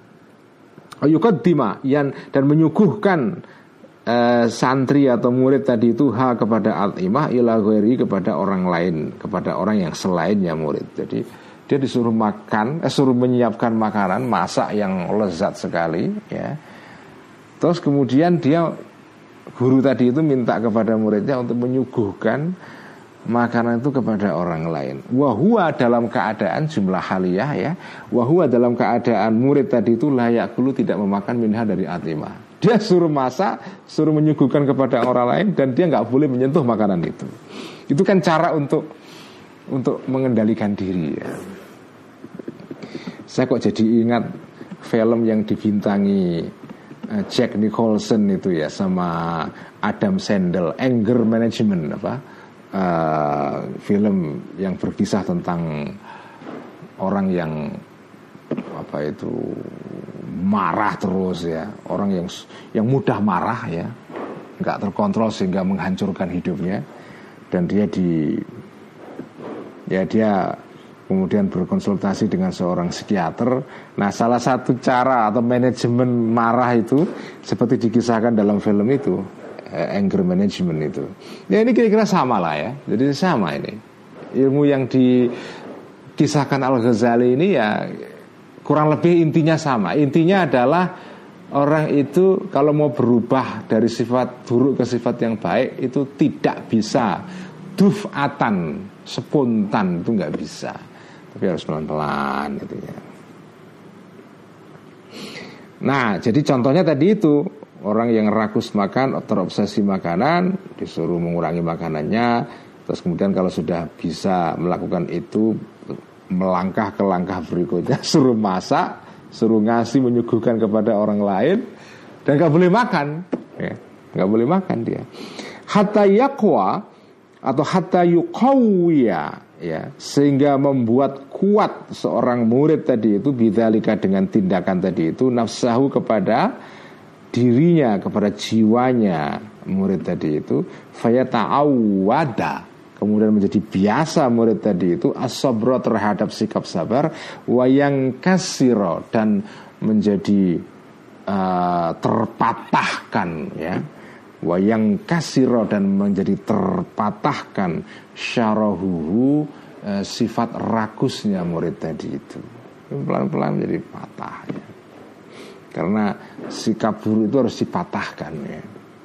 menyuguhkan santri atau murid tadi itu kepada al-imah ila ghairi, kepada orang lain, kepada orang yang selainnya murid. Jadi dia disuruh suruh menyiapkan makanan, masak yang lezat sekali ya. Terus kemudian guru tadi itu minta kepada muridnya untuk menyuguhkan makanan itu kepada orang lain. Wahua, dalam keadaan jumlah haliyah ya. Wahua, dalam keadaan murid tadi itu layak dulu tidak memakan minha dari atimah. Dia suruh masak, suruh menyuguhkan kepada orang lain, dan dia nggak boleh menyentuh makanan itu. Itu kan cara untuk mengendalikan diri ya. Saya kok jadi ingat film yang dibintangi Jack Nicholson itu ya, sama Adam Sandler, Anger Management, film yang berkisah tentang orang yang marah terus ya, orang yang mudah marah ya, nggak terkontrol sehingga menghancurkan hidupnya, dan dia kemudian berkonsultasi dengan seorang psikiater. Nah salah satu cara atau manajemen marah itu seperti dikisahkan dalam film itu, Anger Management itu. Ya ini kira-kira sama lah ya. Jadi sama ini ilmu yang dikisahkan Al-Ghazali ini ya, kurang lebih intinya sama. Intinya adalah orang itu kalau mau berubah dari sifat buruk ke sifat yang baik itu tidak bisa duf'atan, spontan, itu nggak bisa, tapi harus pelan-pelan gitu ya. Nah jadi contohnya tadi itu, orang yang rakus makan, terobsesi makanan, disuruh mengurangi makanannya, Terus kemudian kalau sudah bisa melakukan itu, melangkah ke langkah berikutnya, suruh masak, suruh ngasih, menyuguhkan kepada orang lain, dan gak boleh makan, ya. Gak boleh makan dia. Hatta yaqwa atau hatta yuqawwiya, ya, sehingga membuat kuat seorang murid tadi itu bidzalika, dengan tindakan tadi itu, nafsahu, kepada dirinya, kepada jiwanya murid tadi itu, fayata'awwada, kemudian menjadi biasa murid tadi itu as-sabra, terhadap sikap sabar, wayang kasiro, dan menjadi terpatahkan, ya, wayang kasiro, dan menjadi terpatahkan syarahuhu, sifat rakusnya murid tadi itu, pelan-pelan menjadi patah, ya. Karena sikap buruk itu harus dipatahkan, ya.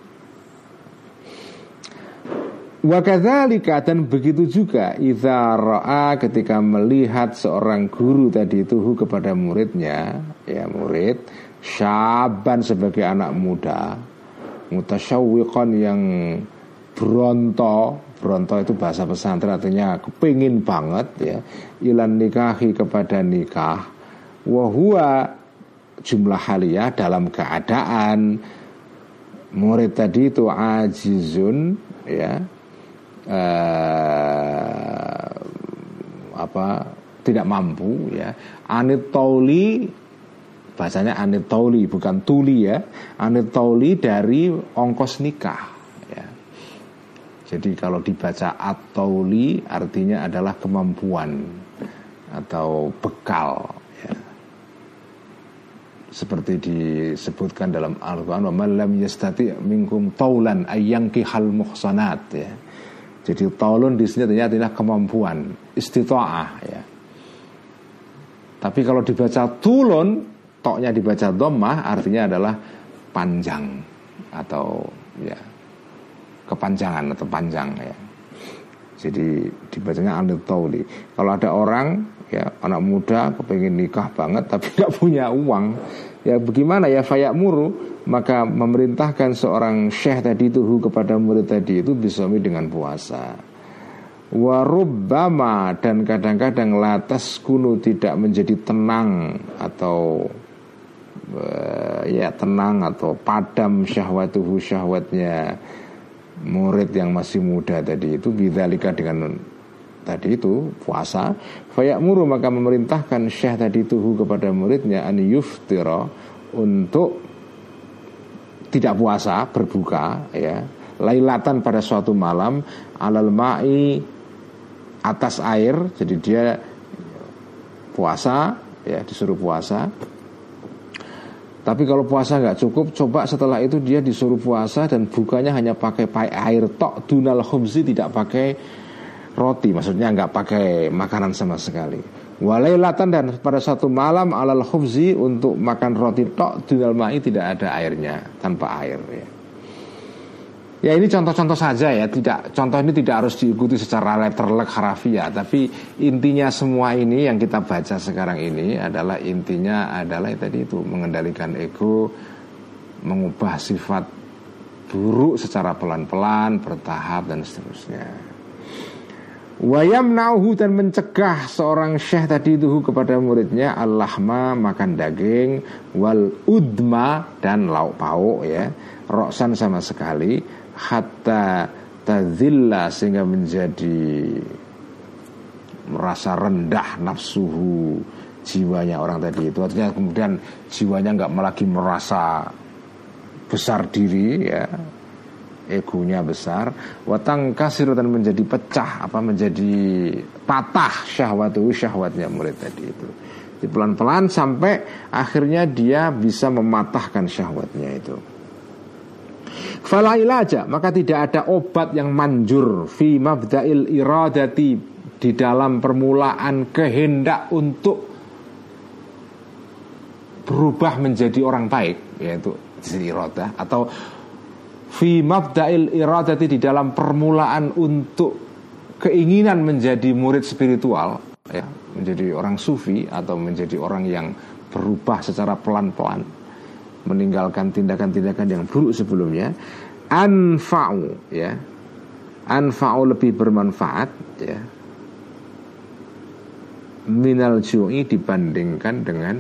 Wa kadzalika, dan begitu juga idza ra'a, ketika melihat seorang guru tadi itu kepada muridnya, ya, murid syaban, sebagai anak muda, mutasyawwiqan, yang bronto itu bahasa pesantren, artinya kepingin banget, ya, ilan nikahi, kepada nikah, wa huwa, jumlah haliyah, dalam keadaan murid tadi itu ajizun, ya, tidak mampu, ya, anit tauli, bahasanya anit tauli, bukan tuli, ya, anit tauli, dari ongkos nikah, ya. Jadi kalau dibaca at-tauli artinya adalah kemampuan atau bekal, ya. Seperti disebutkan dalam Al-Quran, wa man lam yastati minkum taulan ayyankihal muhsanat, ya. Jadi taulun di sini artinya kemampuan, istita'ah, ya. Tapi kalau dibaca tulun, toknya dibaca dhammah, artinya adalah panjang atau, ya, kepanjangan atau panjang, ya. Jadi dibacanya anit tauli. Kalau ada orang, ya, anak muda kepingin nikah banget tapi gak punya uang, ya bagaimana, ya, fayamuru, maka memerintahkan seorang syekh tadi itu kepada murid tadi itu bisawmi, dengan puasa. Warubbama, dan kadang-kadang latas kunu, tidak menjadi tenang atau ya tenang atau padam syahwatuhu, syahwatnya murid yang masih muda tadi itu, bidzalika, dengan tadi itu puasa. Fayamuru, maka memerintahkan syekh tadi itu kepada muridnya an yuftira, untuk tidak puasa, berbuka, ya, lailatan, pada suatu malam, alal ma'i, atas air. Jadi dia puasa, ya, disuruh puasa. Tapi kalau puasa nggak cukup, coba setelah itu dia disuruh puasa dan bukanya hanya pakai air tok, dunal khubzi, tidak pakai roti, maksudnya nggak pakai makanan sama sekali. Walailatan, dan pada satu malam, alal khubzi, untuk makan roti tok, dunal ma'i, tidak ada airnya, tanpa air, ya. Ya, ini contoh-contoh saja, ya. Contoh ini tidak harus diikuti secara letterlek harafiah, tapi intinya semua ini yang kita baca sekarang ini adalah, intinya adalah tadi itu, mengendalikan ego, mengubah sifat buruk secara pelan-pelan, bertahap, dan seterusnya. Wayamna'uhu, dan mencegah seorang syekh tadi itu kepada muridnya al-lahma, makan daging, wal udma, dan lauk pauk, ya, roksan, sama sekali, hatta tadzilla, sehingga menjadi merasa rendah nafsuhu, jiwanya orang tadi itu, artinya kemudian jiwanya nggak lagi merasa besar diri, ya, egonya besar, watang kasir, dan menjadi pecah, menjadi patah syahwatu, syahwatnya murid tadi itu. Jadi pelan-pelan sampai akhirnya dia bisa mematahkan syahwatnya itu. Fala ilaja, maka tidak ada obat yang manjur fi mabda'il iradati, di dalam permulaan kehendak untuk berubah menjadi orang baik, yaitu iradah, atau fi mabda'il iradati, di dalam permulaan untuk keinginan menjadi murid spiritual, ya, menjadi orang sufi atau menjadi orang yang berubah secara pelan-pelan, meninggalkan tindakan-tindakan yang buruk sebelumnya. Anfa'u, ya, anfa'u lebih bermanfaat ya, minal ju'i dibandingkan dengan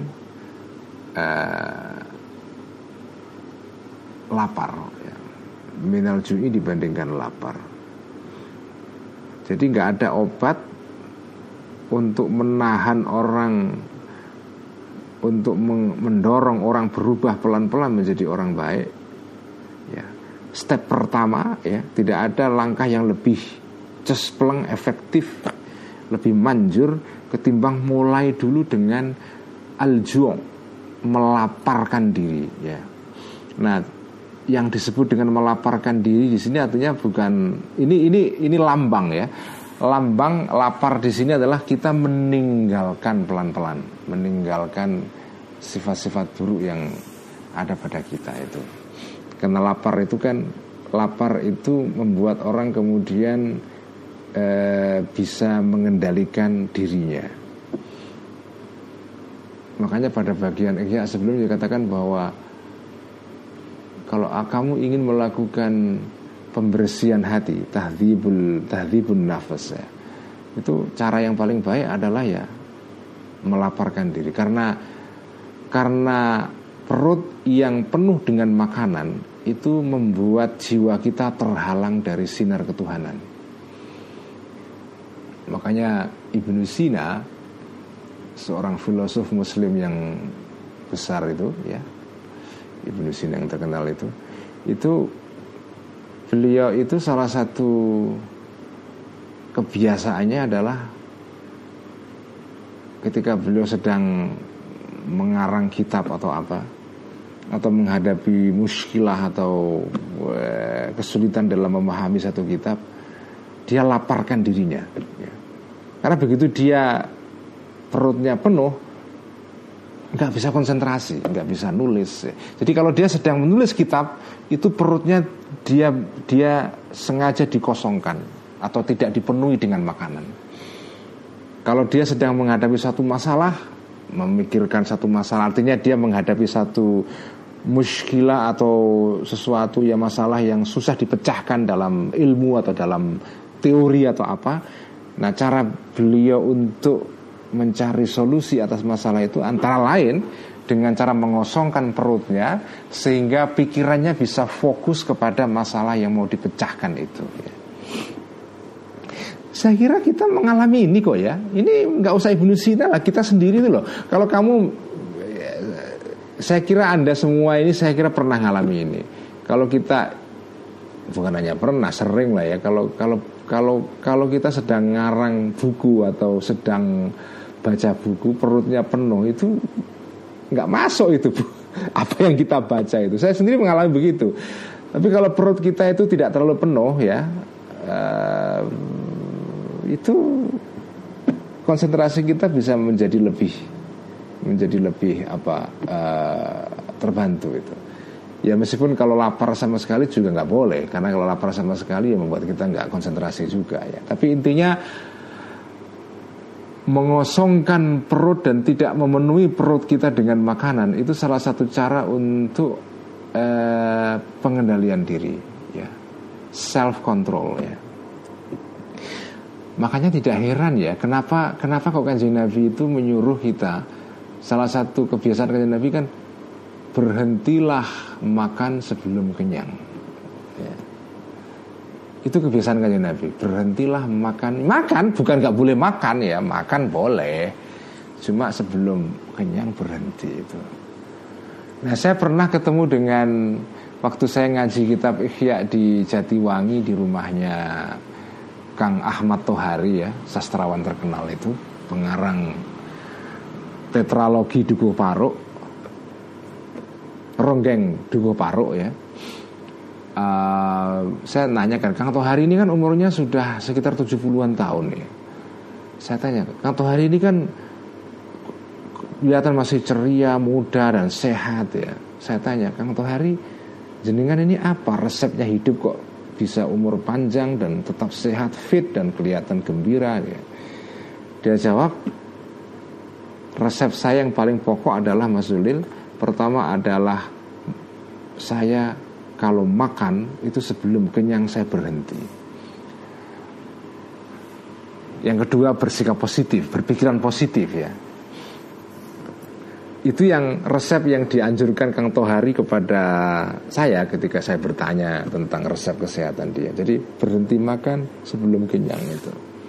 lapar ya. Minal ju'i dibandingkan lapar. Jadi nggak ada obat untuk menahan orang, untuk mendorong orang berubah pelan-pelan menjadi orang baik ya. Step pertama ya, tidak ada langkah yang lebih cespleng, efektif, lebih manjur ketimbang mulai dulu dengan al-ju', melaparkan diri ya. Nah, yang disebut dengan melaparkan diri di sini artinya bukan ini lambang ya. Lambang lapar di sini adalah kita meninggalkan pelan-pelan, meninggalkan sifat-sifat buruk yang ada pada kita itu. Karena lapar itu membuat orang kemudian bisa mengendalikan dirinya. Makanya pada bagian Ihya sebelumnya dikatakan bahwa kalau kamu ingin melakukan pembersihan hati, tahdzibun nafas ya, itu cara yang paling baik adalah ya melaparkan diri. Karena perut yang penuh dengan makanan itu membuat jiwa kita terhalang dari sinar ketuhanan. Makanya Ibnu Sina, seorang filosof muslim yang besar itu ya, Ibnu Sina yang terkenal itu beliau itu salah satu kebiasaannya adalah ketika beliau sedang mengarang kitab atau apa, atau menghadapi muskilah atau kesulitan dalam memahami satu kitab, dia laparkan dirinya ya. Karena begitu dia perutnya penuh, nggak bisa konsentrasi, nggak bisa nulis. Jadi kalau dia sedang menulis kitab, itu perutnya dia sengaja dikosongkan atau tidak dipenuhi dengan makanan. Kalau dia sedang menghadapi satu masalah, memikirkan satu masalah, artinya dia menghadapi satu muskilah atau sesuatu yang masalah yang susah dipecahkan dalam ilmu atau dalam teori atau apa. Nah, cara beliau untuk mencari solusi atas masalah itu antara lain dengan cara mengosongkan perutnya sehingga pikirannya bisa fokus kepada masalah yang mau dipecahkan itu ya. Saya kira kita mengalami ini kok ya. Ini nggak usah Ibnu Sina lah, kita sendiri itu loh. Kalau kamu, saya kira Anda semua ini saya kira pernah ngalami ini. Kalau kita bukan hanya pernah, sering lah ya. Kalau kita sedang ngarang buku atau sedang baca buku, perutnya penuh, itu nggak masuk itu apa yang kita baca itu. Saya sendiri mengalami begitu. Tapi kalau perut kita itu tidak terlalu penuh ya, itu konsentrasi kita bisa menjadi lebih terbantu itu. Ya meskipun kalau lapar sama sekali juga nggak boleh, karena kalau lapar sama sekali ya membuat kita nggak konsentrasi juga ya. Tapi intinya mengosongkan perut dan tidak memenuhi perut kita dengan makanan itu salah satu cara untuk pengendalian diri ya, self control ya. Makanya tidak heran ya kenapa kok Kanjeng Nabi itu menyuruh kita, salah satu kebiasaan Kanjeng Nabi kan berhentilah makan sebelum kenyang ya. Itu kebiasaan Kanjeng Nabi, berhentilah makan bukan gak boleh makan ya, makan boleh, cuma sebelum kenyang berhenti itu. Nah, saya pernah ketemu dengan, waktu saya ngaji kitab Ihya di Jatiwangi di rumahnya Kang Ahmad Tohari ya, sastrawan terkenal itu, pengarang tetralogi Dukuh Paruk, Ronggeng Dukuh Paruk ya. Saya nanyakan, Kang Tohari ini kan umurnya sudah sekitar 70-an tahun ya. Saya tanya, Kang Tohari ini kan kelihatan masih ceria, muda dan sehat ya. Saya tanya, Kang Tohari, jenengan ini apa resepnya hidup kok bisa umur panjang dan tetap sehat, fit dan kelihatan gembira ya. Dia jawab, resep saya yang paling pokok adalah Mas Zulil, pertama adalah saya kalau makan itu sebelum kenyang saya berhenti. Yang kedua, bersikap positif, berpikiran positif ya. Itu yang resep yang dianjurkan Kang Tohari kepada saya ketika saya bertanya tentang resep kesehatan dia. Jadi berhenti makan sebelum kenyang itu.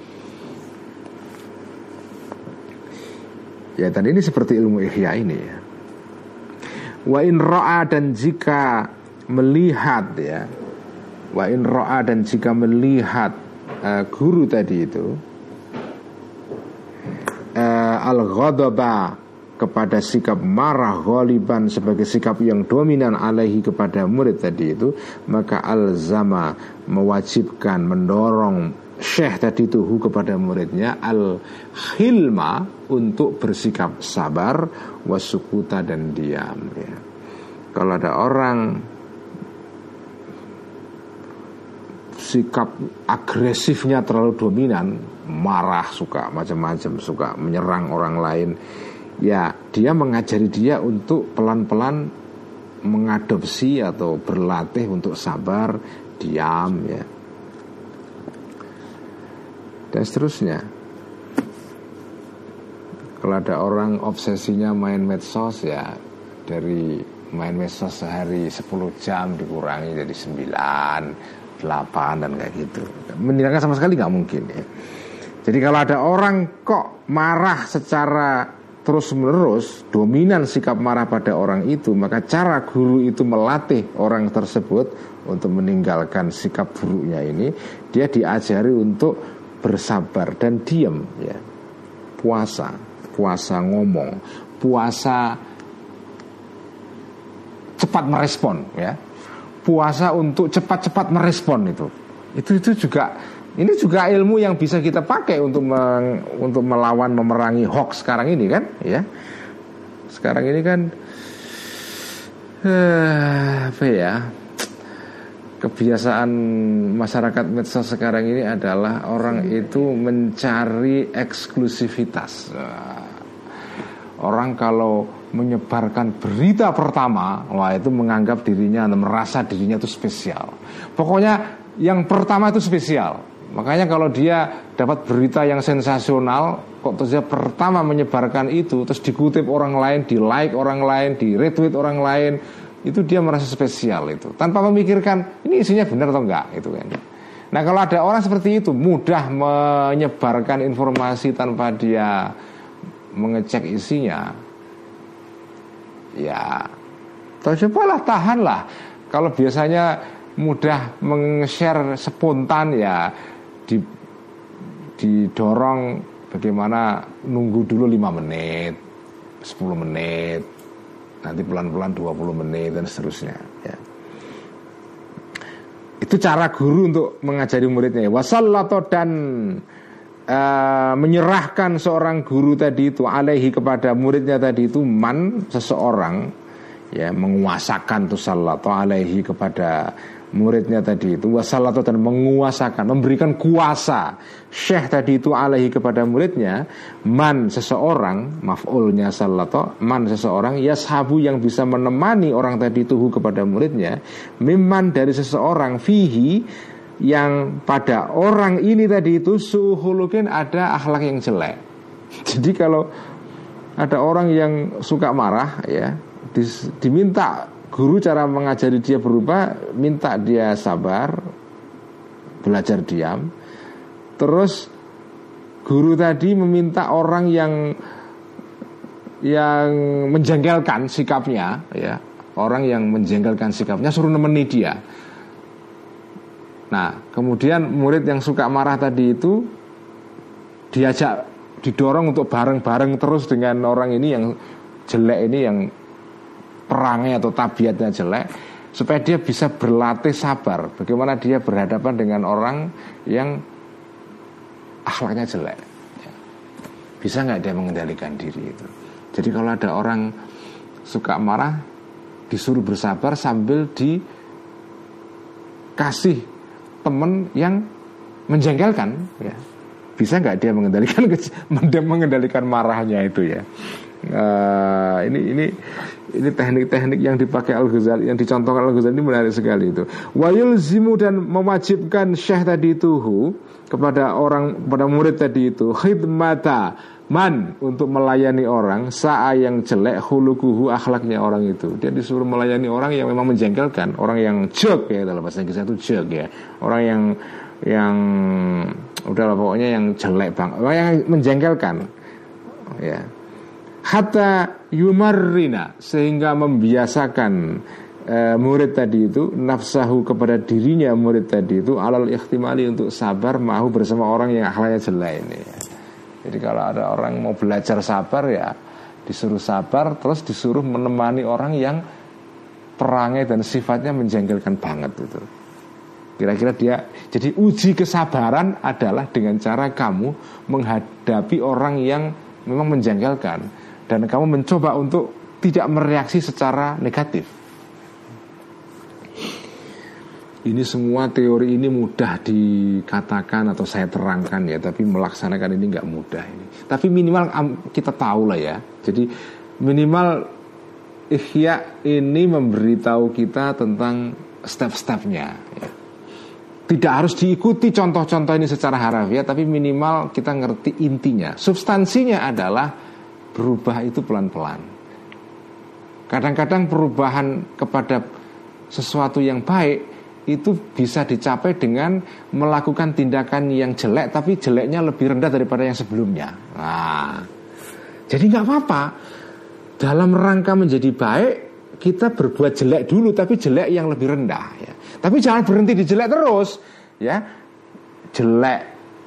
Ya, dan ini seperti ilmu ihya ini ya. Wa in ra'a, dan jika melihat ya. Wa in ra'a, dan jika melihat guru tadi itu al-ghadaba, kepada sikap marah ghaliban, sebagai sikap yang dominan alaihi, kepada murid tadi itu, maka alzama, mewajibkan, mendorong syekh tadi itu kepada muridnya al-hilma, untuk bersikap sabar, wasukuta, dan diam ya. Kalau ada orang sikap agresifnya terlalu dominan, marah, suka macam-macam, suka menyerang orang lain, ya dia mengajari dia untuk pelan-pelan mengadopsi atau berlatih untuk sabar, diam ya, dan seterusnya. Kalau ada orang obsesinya main medsos, ya dari main medsos sehari 10 jam dikurangi jadi 9, 8 dan kayak gitu. Meninggalkan sama sekali nggak mungkin ya. Jadi kalau ada orang kok marah secara terus-menerus, dominan sikap marah pada orang itu, maka cara guru itu melatih orang tersebut untuk meninggalkan sikap buruknya ini, dia diajari untuk bersabar dan diam ya. Puasa ngomong, puasa cepat merespon ya. Puasa untuk cepat-cepat merespon itu juga, ini juga ilmu yang bisa kita pakai untuk melawan, memerangi hoax sekarang ini kan ya. Sekarang ini kan apa ya, kebiasaan masyarakat medsos sekarang ini adalah orang itu mencari eksklusivitas. Orang kalau menyebarkan berita pertama, wah itu menganggap dirinya, merasa dirinya itu spesial. Pokoknya yang pertama itu spesial. Makanya kalau dia dapat berita yang sensasional, kok terus dia pertama menyebarkan itu, terus dikutip orang lain, di like orang lain, di retweet orang lain, itu dia merasa spesial itu, tanpa memikirkan ini isinya benar atau enggak itu kan. Nah kalau ada orang seperti itu, mudah menyebarkan informasi tanpa dia mengecek isinya, ya cobalah tahanlah. Kalau biasanya mudah meng-share spontan, ya didorong bagaimana nunggu dulu 5 menit, 10 menit, nanti pelan-pelan 20 menit dan seterusnya ya. Itu cara guru untuk mengajari muridnya. Wasallato, dan menyerahkan seorang guru tadi itu alaihi, kepada muridnya tadi itu, man, seseorang ya, menguasakan tu sallato alaihi, kepada muridnya tadi itu, wasallato, dan menguasakan, memberikan kuasa syekh tadi itu alaihi, kepada muridnya, man, seseorang, maf'ulnya sallato, man, seseorang, yashabu, yang bisa menemani orang tadi itu kepada muridnya, mimman, dari seseorang, fihi, yang pada orang ini tadi itu suhulukin, ada akhlak yang jelek. Jadi kalau ada orang yang suka marah ya, diminta guru cara mengajari dia berubah, minta dia sabar, belajar diam. Terus guru tadi meminta orang yang menjengkelkan sikapnya ya, orang yang menjengkelkan sikapnya suruh nemeni dia. Nah, kemudian murid yang suka marah tadi itu didorong untuk bareng-bareng terus dengan orang ini yang jelek ini, yang perangnya atau tabiatnya jelek, supaya dia bisa berlatih sabar. Bagaimana dia berhadapan dengan orang yang akhlaknya jelek. Bisa nggak dia mengendalikan diri itu? Jadi kalau ada orang suka marah, disuruh bersabar sambil dikasih teman yang menjengkelkan ya. Bisa nggak dia mengendalikan marahnya itu ya. Ini teknik-teknik yang dipakai Al-Ghazali, yang dicontohkan Al-Ghazali ini menarik sekali itu. Wa yulzimu, dan mewajibkan syekh tadi itu kepada murid tadi itu khidmata man, untuk melayani orang sa'a yang jelek khuluquhu, akhlaknya orang itu. Dia disuruh melayani orang yang memang menjengkelkan, orang yang jerk ya, dalam bahasa Inggris itu jerk ya. Orang yang udahlah pokoknya yang jelek banget, orang yang menjengkelkan ya. Hatta yumarrina, sehingga membiasakan murid tadi itu nafsahu, kepada dirinya murid tadi itu alal ikhtimali, untuk sabar mahu bersama orang yang akhlaknya jelek ini ya. Jadi kalau ada orang mau belajar sabar ya disuruh sabar, terus disuruh menemani orang yang perangai dan sifatnya menjengkelkan banget itu. Kira-kira dia, jadi uji kesabaran adalah dengan cara kamu menghadapi orang yang memang menjengkelkan, dan kamu mencoba untuk tidak mereaksi secara negatif. Ini semua teori ini mudah dikatakan atau saya terangkan ya, tapi melaksanakan ini nggak mudah ini. Tapi minimal kita tahu lah ya. Jadi minimal Ihya ini memberitahu kita tentang step-stepnya ya. Tidak harus diikuti contoh-contoh ini secara harafiah, tapi minimal kita ngerti intinya. Substansinya adalah berubah itu pelan-pelan. Kadang-kadang perubahan kepada sesuatu yang baik itu bisa dicapai dengan melakukan tindakan yang jelek, tapi jeleknya lebih rendah daripada yang sebelumnya. Nah, jadi nggak apa-apa. Dalam rangka menjadi baik, kita berbuat jelek dulu, tapi jelek yang lebih rendah ya. Tapi jangan berhenti di jelek terus ya. Jelek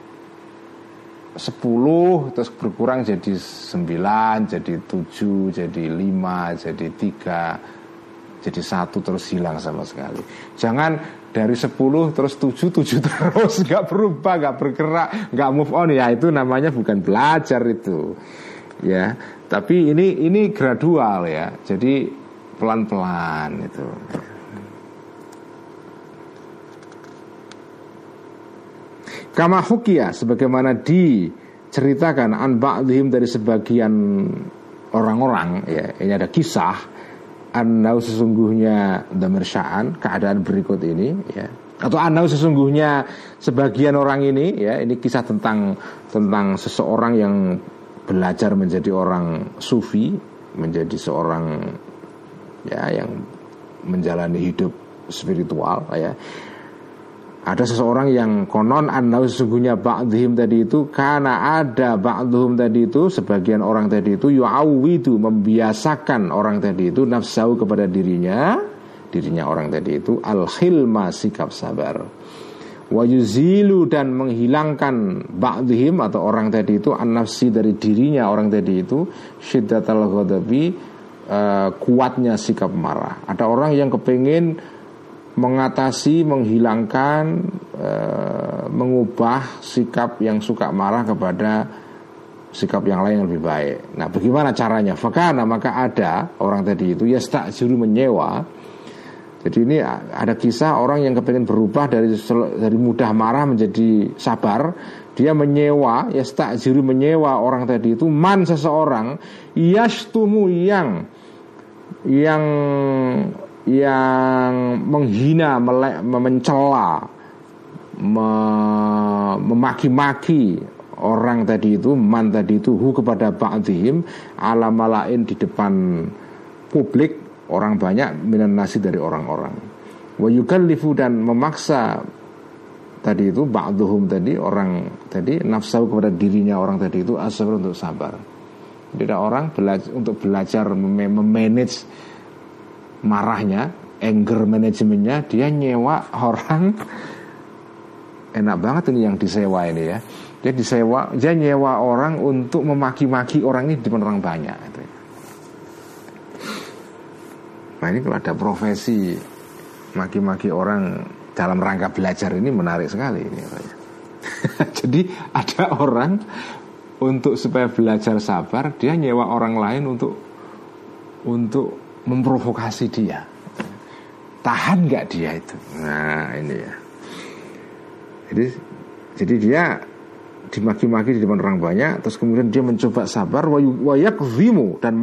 10 terus berkurang jadi 9, jadi 7, jadi 5, jadi 3, jadi 1 terus hilang sama sekali. Jangan dari 10 terus 7 terus, gak berubah, gak bergerak, gak move on ya. Itu namanya bukan belajar itu ya. Tapi ini gradual ya. Jadi pelan-pelan itu. Kama hukia, sebagaimana diceritakan an ba'dihim, dari sebagian orang-orang ya. Ini ada kisah annau, sesungguhnya damir sya'an, keadaan berikut ini ya. Atau annau, sesungguhnya sebagian orang ini ya. Ini kisah tentang seseorang yang belajar menjadi orang sufi, menjadi seorang ya yang menjalani hidup spiritual ya. Ada seseorang yang konon annau, sesungguhnya ba'dhum tadi itu, karena ada ba'dhum tadi itu, sebagian orang tadi itu yu'awwidu, membiasakan orang tadi itu nafsahu, kepada dirinya orang tadi itu al-khilma, sikap sabar, wa yuzilu, dan menghilangkan ba'dhum atau orang tadi itu an-nafsi, dari dirinya orang tadi itu syiddatal ghadabi, kuatnya sikap marah. Ada orang yang kepingin mengatasi, menghilangkan, mengubah sikap yang suka marah kepada sikap yang lain yang lebih baik. Nah, bagaimana caranya? Fakana, maka ada orang tadi itu yasta'jiru, menyewa. Jadi ini ada kisah orang yang kepingin berubah dari mudah marah menjadi sabar. Dia menyewa, yasta'jiru, menyewa orang tadi itu man, seseorang yastumu, yang menghina, mencela, memaki-maki orang tadi itu, man tadi itu, kepada ba'dihim ala malain, di depan publik orang banyak, minan nasi, dari orang-orang. Wa yukallifu, dan memaksa tadi itu ba'duhum tadi, orang tadi, nafsahu, kepada dirinya orang tadi itu asabr, untuk sabar. Jadi ada orang untuk belajar memanage marahnya, anger manajemennya, dia nyewa orang. Enak banget ini yang disewa ini ya. Dia nyewa orang untuk memaki-maki orang ini di depan orang banyak itu. Nah, ini kalau ada profesi maki-maki orang dalam rangka belajar, ini menarik sekali ini. Jadi ada orang untuk supaya belajar sabar, dia nyewa orang lain untuk memprovokasi dia. Tahan nggak dia itu? Nah, ini ya. Jadi dia dimaki-maki di depan orang banyak, terus kemudian dia mencoba sabar, wa yakzimu, dan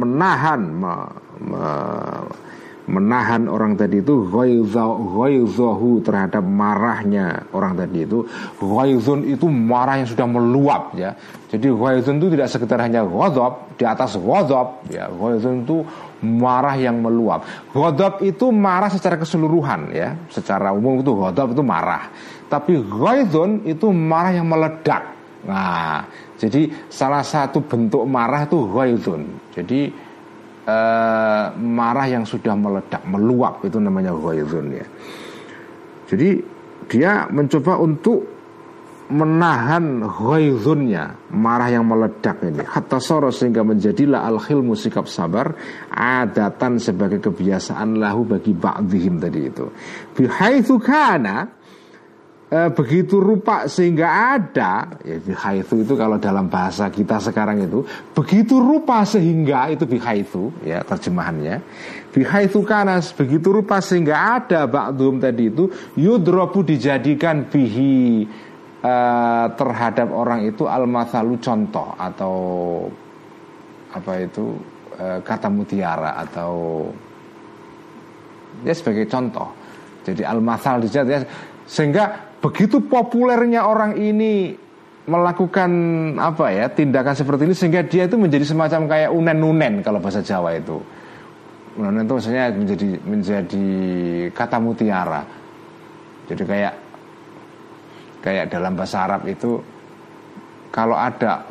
menahan orang tadi itu ghaizahu, terhadap marahnya orang tadi itu. Ghaizun itu marah yang sudah meluap ya. Jadi ghaizun itu tidak sekedar hanya ghadab di atas ghadab ya. Ghaizun itu marah yang meluap. Ghadab itu marah secara keseluruhan ya. Secara umum itu ghadab itu marah. Tapi ghaizun itu marah yang meledak. Nah, jadi salah satu bentuk marah itu ghaizun. Jadi marah yang sudah meledak, meluap, itu namanya ghaizun ya. Jadi dia mencoba untuk menahan ghaizunnya, marah yang meledak ini, hatta sara, sehingga menjadilah al-khilmu, sikap sabar, adatan, sebagai kebiasaan lahu bagi ba'dihim tadi itu. Bihaitsu kana, begitu rupa, sehingga ada ya, bihaitsu itu kalau dalam bahasa kita sekarang itu begitu rupa sehingga, itu bihaitsu ya terjemahannya. Bihaitsu kana, begitu rupa sehingga ada ba'dhum tadi itu yudrabu, dijadikan bihi terhadap orang itu al-mathalu, contoh, atau apa itu kata mutiara, atau ya sebagai contoh. Jadi al-mathal dijadikan, sehingga begitu populernya orang ini melakukan apa ya, tindakan seperti ini, sehingga dia itu menjadi semacam kayak unen-unen kalau bahasa Jawa itu. Unen itu maksudnya menjadi kata mutiara. Jadi kayak dalam bahasa Arab itu, kalau ada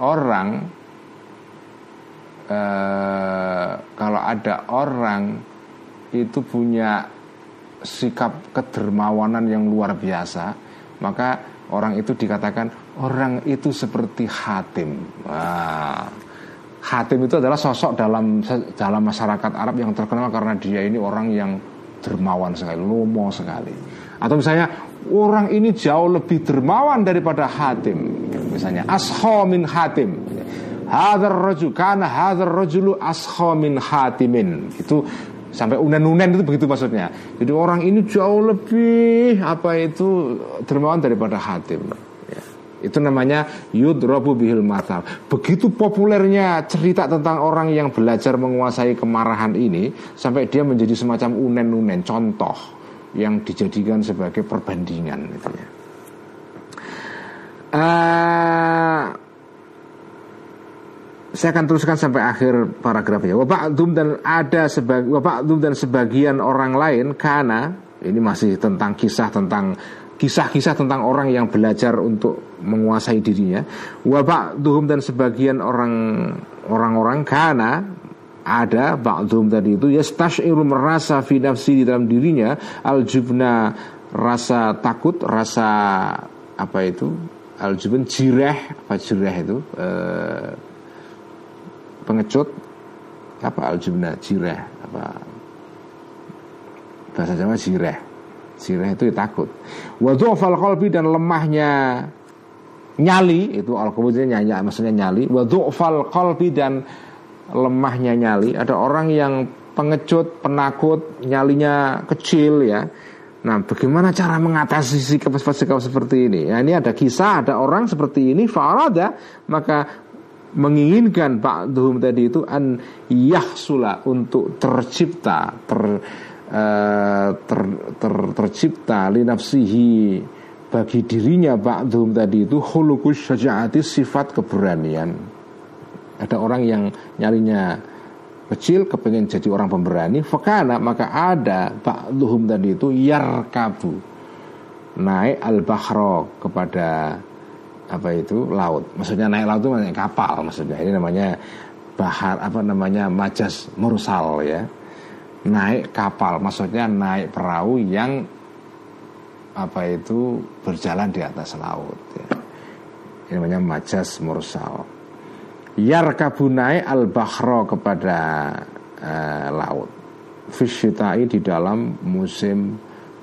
orang itu punya sikap kedermawanan yang luar biasa, maka orang itu dikatakan orang itu seperti Hatim. Wah, Hatim itu adalah sosok dalam masyarakat Arab yang terkenal karena dia ini orang yang dermawan sekali, lomo sekali. Atau misalnya orang ini jauh lebih dermawan daripada Hatim. Misalnya asha min Hatim. Hadzal rajulu asha min Hatimin. Itu sampai unen-unen itu begitu maksudnya. Jadi orang ini jauh lebih dermawan daripada Hatim ya. Itu namanya yudrabu bihil mathal. Begitu populernya cerita tentang orang yang belajar menguasai kemarahan ini, sampai dia menjadi semacam unen-unen, contoh yang dijadikan sebagai perbandingan gitu ya. Saya akan teruskan sampai akhir paragrafnya. Wa ba'dhum, dan sebagian orang lain, karena ini masih tentang kisah-kisah tentang orang yang belajar untuk menguasai dirinya. Wa ba'dhum, dan sebagian orang-orang, karena ada ba'dhum tadi itu yastashiru, merasa fi nafsi, di dalam dirinya, al-jubna, rasa takut, rasa apa itu? Al-jubn, jirah, apa jirah itu? Pengecut, apa al-jubna, jirah, apa bahasa Jawa jirah itu takut. Wa dhafal qalbi, dan lemahnya nyali, itu al-qalbi maksudnya nyali. Wa dhafal qalbi, dan lemahnya nyali. Ada orang yang pengecut, penakut, nyalinya kecil ya. Nah, bagaimana cara mengatasi sikap seperti ini? Ya, ini ada kisah, ada orang seperti ini, fa'arada, maka menginginkan ba'dhum tadi itu an yahsula, untuk tercipta li nafsihi, bagi dirinya ba'dhum tadi itu khuluqus syaja'ati, sifat keberanian. Ada orang yang nyalinya kecil, kepengen jadi orang pemberani, fakana, maka ada ba'dhum tadi itu yarkabu, naik al-bahra, kepada apa itu, laut. Maksudnya naik laut itu maksudnya kapal, maksudnya ini namanya bahar, majas mursal ya. Naik kapal, maksudnya naik perahu yang berjalan di atas laut ya. Ini namanya majas mursal. Yarkabu, naik al-bahra, kepada laut. Fisyita'i, di dalam musim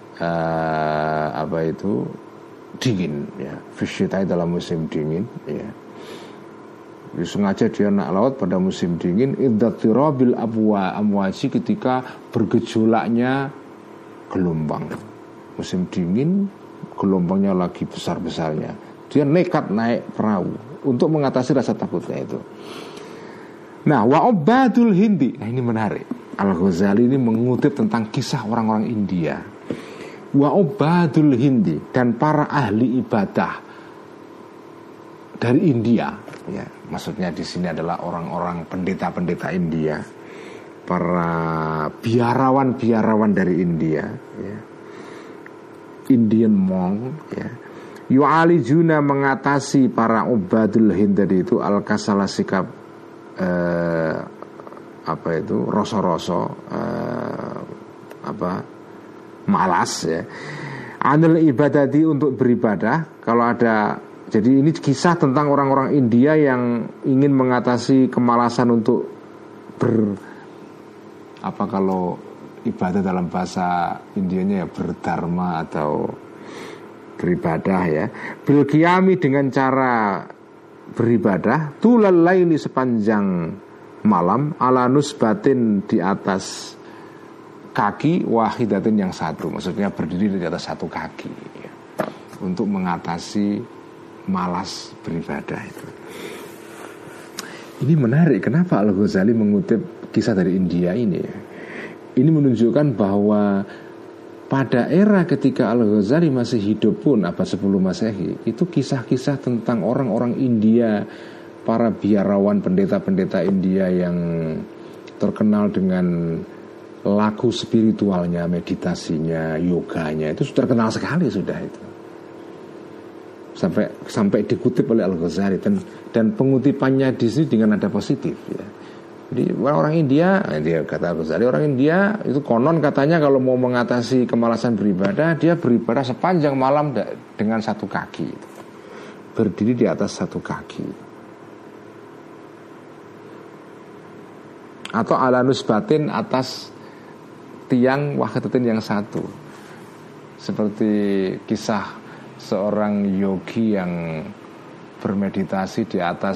dingin ya. Fisyita'i, dalam musim dingin ya. Jadi sengaja dia naik laut pada musim dingin, iddatirabil amwaji, ketika bergejolaknya gelombang. Musim dingin, gelombangnya lagi besar-besarnya, Dia nekat naik perahu untuk mengatasi rasa takutnya itu. Nah, wa ubadul Hindi. Nah, ini menarik. Al-Ghazali ini mengutip tentang kisah orang-orang India. Wa ubadul Hindi, dan para ahli ibadah dari India, ya. Maksudnya di sini adalah orang-orang pendeta-pendeta India, para biarawan-biarawan dari India, ya. Indian monk, ya. Yu'alijuna, mengatasi para ubadul Hind tadi itu al-kasala, sikap rasa-rasa malas, ya, anil ibadati, untuk beribadah. Kalau ada, jadi ini kisah tentang orang-orang India yang ingin mengatasi kemalasan untuk kalau ibadah dalam bahasa Indianya ya berdharma atau beribadah, ya. Bil qiyami, dengan cara beribadah, tulal laili, sepanjang malam, ala nusbatin, di atas kaki, wahidatin, yang satu. Maksudnya berdiri di atas satu kaki, ya, untuk mengatasi malas beribadah itu. Ini menarik. Kenapa Al-Ghazali mengutip kisah dari India ini, ya? Ini menunjukkan bahwa pada era ketika Al-Ghazali masih hidup pun, abad 10 Masehi, itu kisah-kisah tentang orang-orang India, para biarawan, pendeta-pendeta India yang terkenal dengan laku spiritualnya, meditasinya, yoganya, itu sudah terkenal sekali sudah itu. Sampai dikutip oleh Al-Ghazali, dan pengutipannya di sini dengan nada positif, ya. Jadi orang India, dia kata Al-Ghazali, orang India itu konon katanya kalau mau mengatasi kemalasan beribadah, dia beribadah sepanjang malam dengan satu kaki, berdiri di atas satu kaki, atau ala nusbatin, atas tiang wahidatin, yang satu. Seperti kisah seorang yogi yang bermeditasi di atas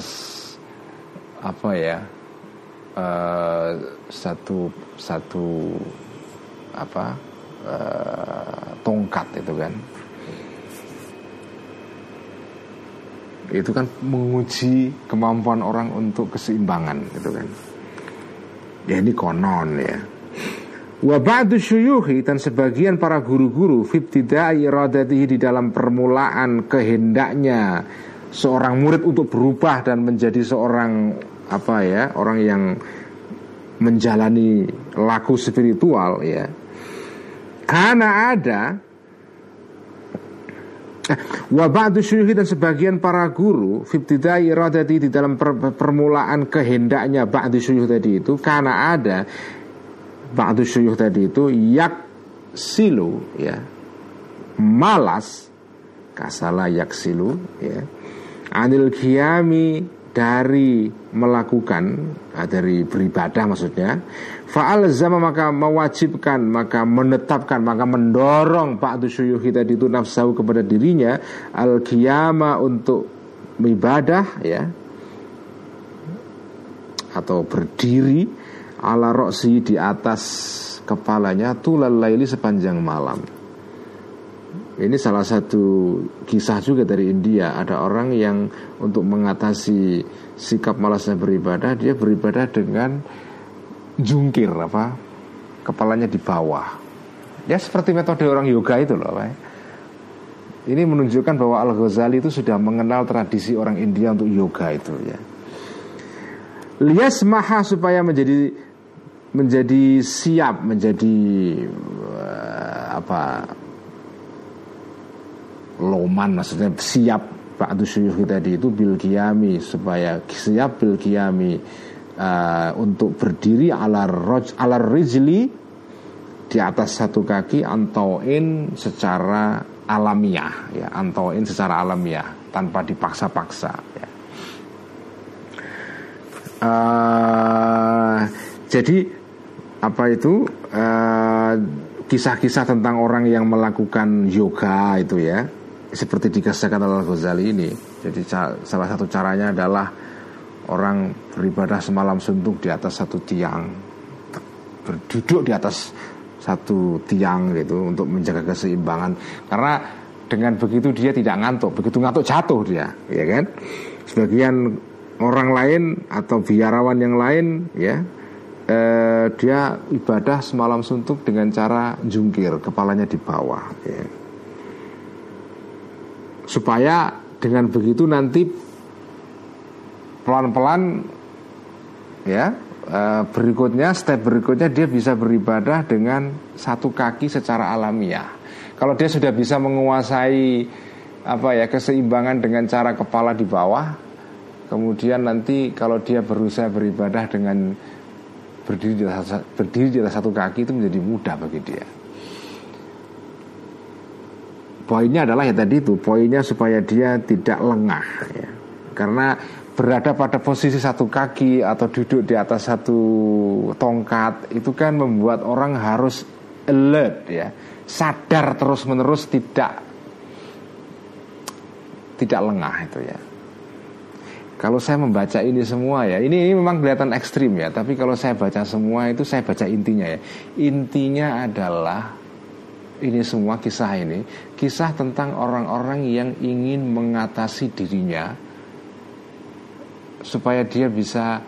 satu tongkat itu kan. Itu kan menguji kemampuan orang untuk keseimbangan gitu kan. Ya ini konon, ya. Wa ba'du syuyuhi, dan sebagian para guru-guru, fibtidai iradatihi, di dalam permulaan kehendaknya seorang murid untuk berubah dan menjadi seorang orang yang menjalani laku spiritual, ya. Karena ada wa ba'du syuyuhi, dan sebagian para guru, fibtidai iradati, di dalam permulaan kehendaknya ba'du syuyuh tadi itu, karena ada ba'du syuyuh tadi itu yaksilu, ya, malas, kasala yaksilu, ya, anil qiyami, dari melakukan, dari beribadah maksudnya, fa'al zama, maka mewajibkan, maka menetapkan, maka mendorong ba'du syuyuhi tadi itu nafsahu, kepada dirinya, al-qiyama, untuk ibadah, ya, atau berdiri, ala roksi, di atas kepalanya, tulal laili, sepanjang malam. Ini salah satu kisah juga dari India. Ada orang yang untuk mengatasi sikap malasnya beribadah, dia beribadah dengan jungkir, kepalanya di bawah. Ya seperti metode orang yoga itu loh, Pak. Ini menunjukkan bahwa Al-Ghazali itu sudah mengenal tradisi orang India untuk yoga itu, ya. Liyasmaha, supaya menjadi siap, menjadi loman, maksudnya siap ba'du syuyuh tadi itu, bil qiyami, supaya siap bil qiyami, untuk berdiri ala rijli, di atas satu kaki, antauin, secara alamiah, ya, antauin secara alamiah, tanpa dipaksa-paksa, ya. Jadi kisah-kisah tentang orang yang melakukan yoga itu, ya, seperti dikasihkan oleh Al-Ghazali ini. Jadi salah satu caranya adalah orang beribadah semalam suntuk di atas satu tiang, berduduk di atas satu tiang gitu, untuk menjaga keseimbangan. Karena Dengan begitu dia tidak ngantuk. Begitu ngantuk jatuh dia, ya kan? Sebagian orang lain atau biarawan yang lain, ya, dia ibadah semalam suntuk dengan cara jungkir, kepalanya di bawah, ya. Supaya dengan begitu nanti pelan-pelan, ya, step berikutnya dia bisa beribadah dengan satu kaki secara alamiah. Kalau dia sudah bisa menguasai keseimbangan dengan cara kepala di bawah, kemudian nanti kalau dia berusaha beribadah dengan berdiri di atas satu kaki, itu menjadi mudah bagi dia. Poinnya adalah poinnya supaya dia tidak lengah, ya. Karena berada pada posisi satu kaki atau duduk di atas satu tongkat itu kan membuat orang harus alert, ya, sadar terus menerus, tidak lengah itu, ya. Kalau saya membaca ini semua, ya, ini memang kelihatan ekstrim, ya, tapi kalau saya baca semua itu saya baca intinya, ya. Intinya adalah ini semua kisah tentang orang-orang yang ingin mengatasi dirinya supaya dia bisa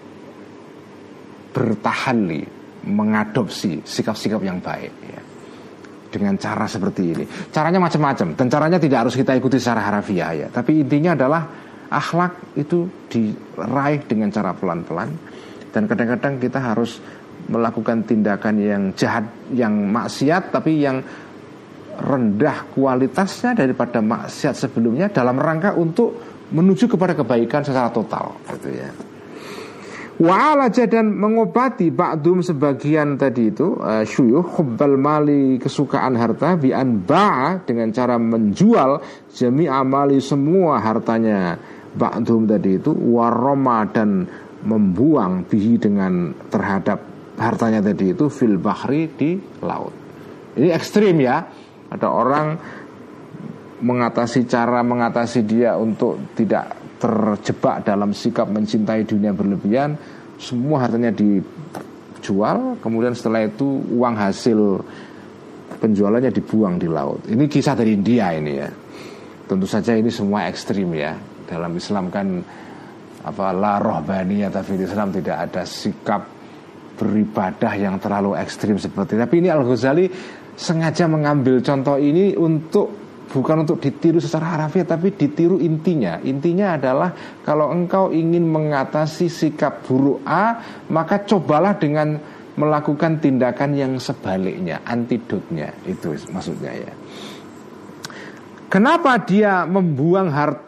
bertahalli, mengadopsi sikap-sikap yang baik, ya, dengan cara seperti ini. Caranya macam-macam, dan caranya tidak harus kita ikuti secara harafiah, ya. Tapi intinya adalah akhlak itu diraih dengan cara pelan-pelan. Dan kadang-kadang kita harus melakukan tindakan yang jahat, yang maksiat, tapi yang rendah kualitasnya daripada maksiat sebelumnya, dalam rangka untuk menuju kepada kebaikan secara total, gitu, ya. Wa'alaja, dan mengobati ba'dum sebagian tadi itu syuyuh hubbal mali, kesukaan harta, bi'an ba'a, dengan cara menjual jami'a mali, semua hartanya ba'dum tadi itu, waroma, dan membuang bihi, dengan terhadap hartanya tadi itu, fil bahri, di laut. Ini ekstrim, ya. Ada orang mengatasi dia untuk tidak terjebak dalam sikap mencintai dunia berlebihan, semua hartanya dijual, kemudian setelah itu uang hasil penjualannya dibuang di laut. Ini kisah dari India ini, ya. Tentu saja ini semua ekstrim, ya. Dalam Islam kan la rohbaniyah, tapi di Islam tidak ada sikap beribadah yang terlalu ekstrim seperti ini. Tapi ini Al-Ghazali sengaja mengambil contoh ini bukan untuk ditiru secara harafiah, tapi ditiru intinya. Intinya adalah kalau engkau ingin mengatasi sikap buruk A, maka cobalah dengan melakukan tindakan yang sebaliknya, antidotnya. Itu maksudnya, ya. Kenapa dia membuang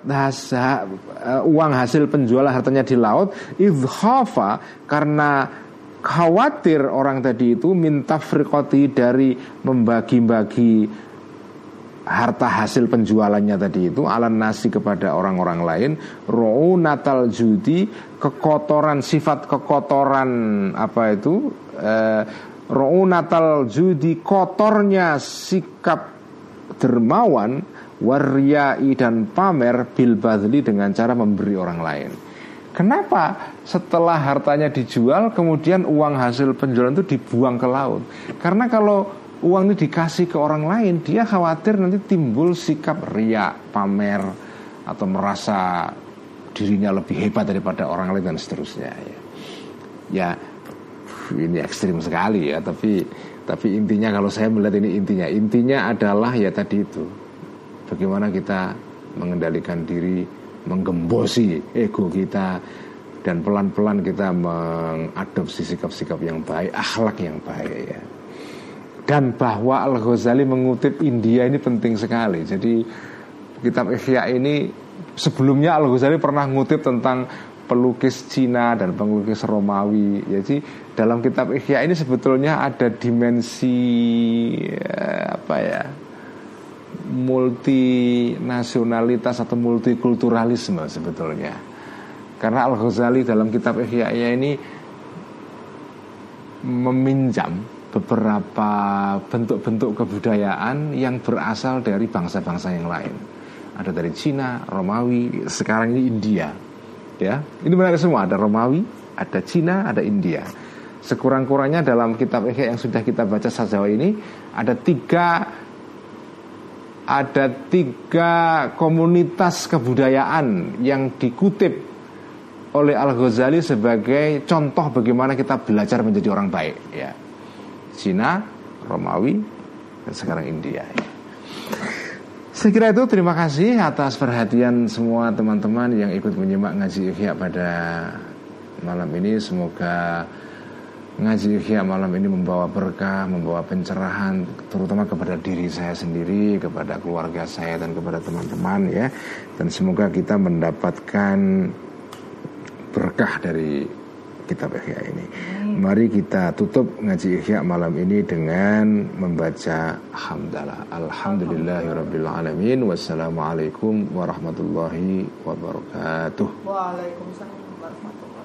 uang hasil penjualan hartanya di laut? Idhafa, karena khawatir orang tadi itu minta frikoti, dari membagi-bagi harta hasil penjualannya tadi itu, alan nasi, kepada orang-orang lain, ru'unatal judi, kekotoran, sifat kekotoran ru'unatal judi, kotornya sikap dermawan, waryai, dan pamer, bil badli, dengan cara memberi orang lain. Kenapa setelah hartanya dijual kemudian uang hasil penjualan itu dibuang ke laut? Karena kalau uang ini dikasih ke orang lain, dia khawatir nanti timbul sikap riya, pamer, atau merasa dirinya lebih hebat daripada orang lain, dan seterusnya, ya. Ya, ini ekstrim sekali, ya. Tapi intinya, kalau saya melihat ini intinya adalah, ya, tadi itu, bagaimana kita mengendalikan diri, menggembosi ego kita, dan pelan-pelan kita mengadopsi sikap-sikap yang baik, akhlak yang baik, ya. Dan bahwa Al-Ghazali mengutip India ini penting sekali. Jadi kitab Ihya ini, sebelumnya Al-Ghazali pernah ngutip tentang pelukis Cina dan pelukis Romawi. Jadi dalam kitab Ihya ini sebetulnya ada dimensi multinasionalitas atau multikulturalisme sebetulnya. Karena Al-Ghazali dalam kitab Ihya-nya ini meminjam beberapa bentuk-bentuk kebudayaan yang berasal dari bangsa-bangsa yang lain. Ada dari Cina, Romawi, sekarang ini India, ya. Ini menarik semua, ada Romawi, ada Cina, ada India. Sekurang-kurangnya dalam kitab Ihya yang sudah kita baca sejauh ini, ada 3 ada 3 komunitas kebudayaan yang dikutip oleh Al-Ghazali sebagai contoh bagaimana kita belajar menjadi orang baik, ya. Cina, Romawi, dan sekarang India, ya. Saya kira itu. Terima kasih atas perhatian semua teman-teman yang ikut menyimak ngaji Ihya pada malam ini. Semoga ngaji Ihya malam ini membawa berkah, membawa pencerahan, terutama kepada diri saya sendiri, kepada keluarga saya, dan kepada teman-teman, ya. Dan semoga kita mendapatkan berkah dari kitab Ihya ini. Mari kita tutup ngaji Ihya malam ini dengan membaca hamdalah. Alhamdulillahirabbil alamin. Wassalamualaikum warahmatullahi wabarakatuh. Waalaikumsalam warahmatullahi wabarakatuh.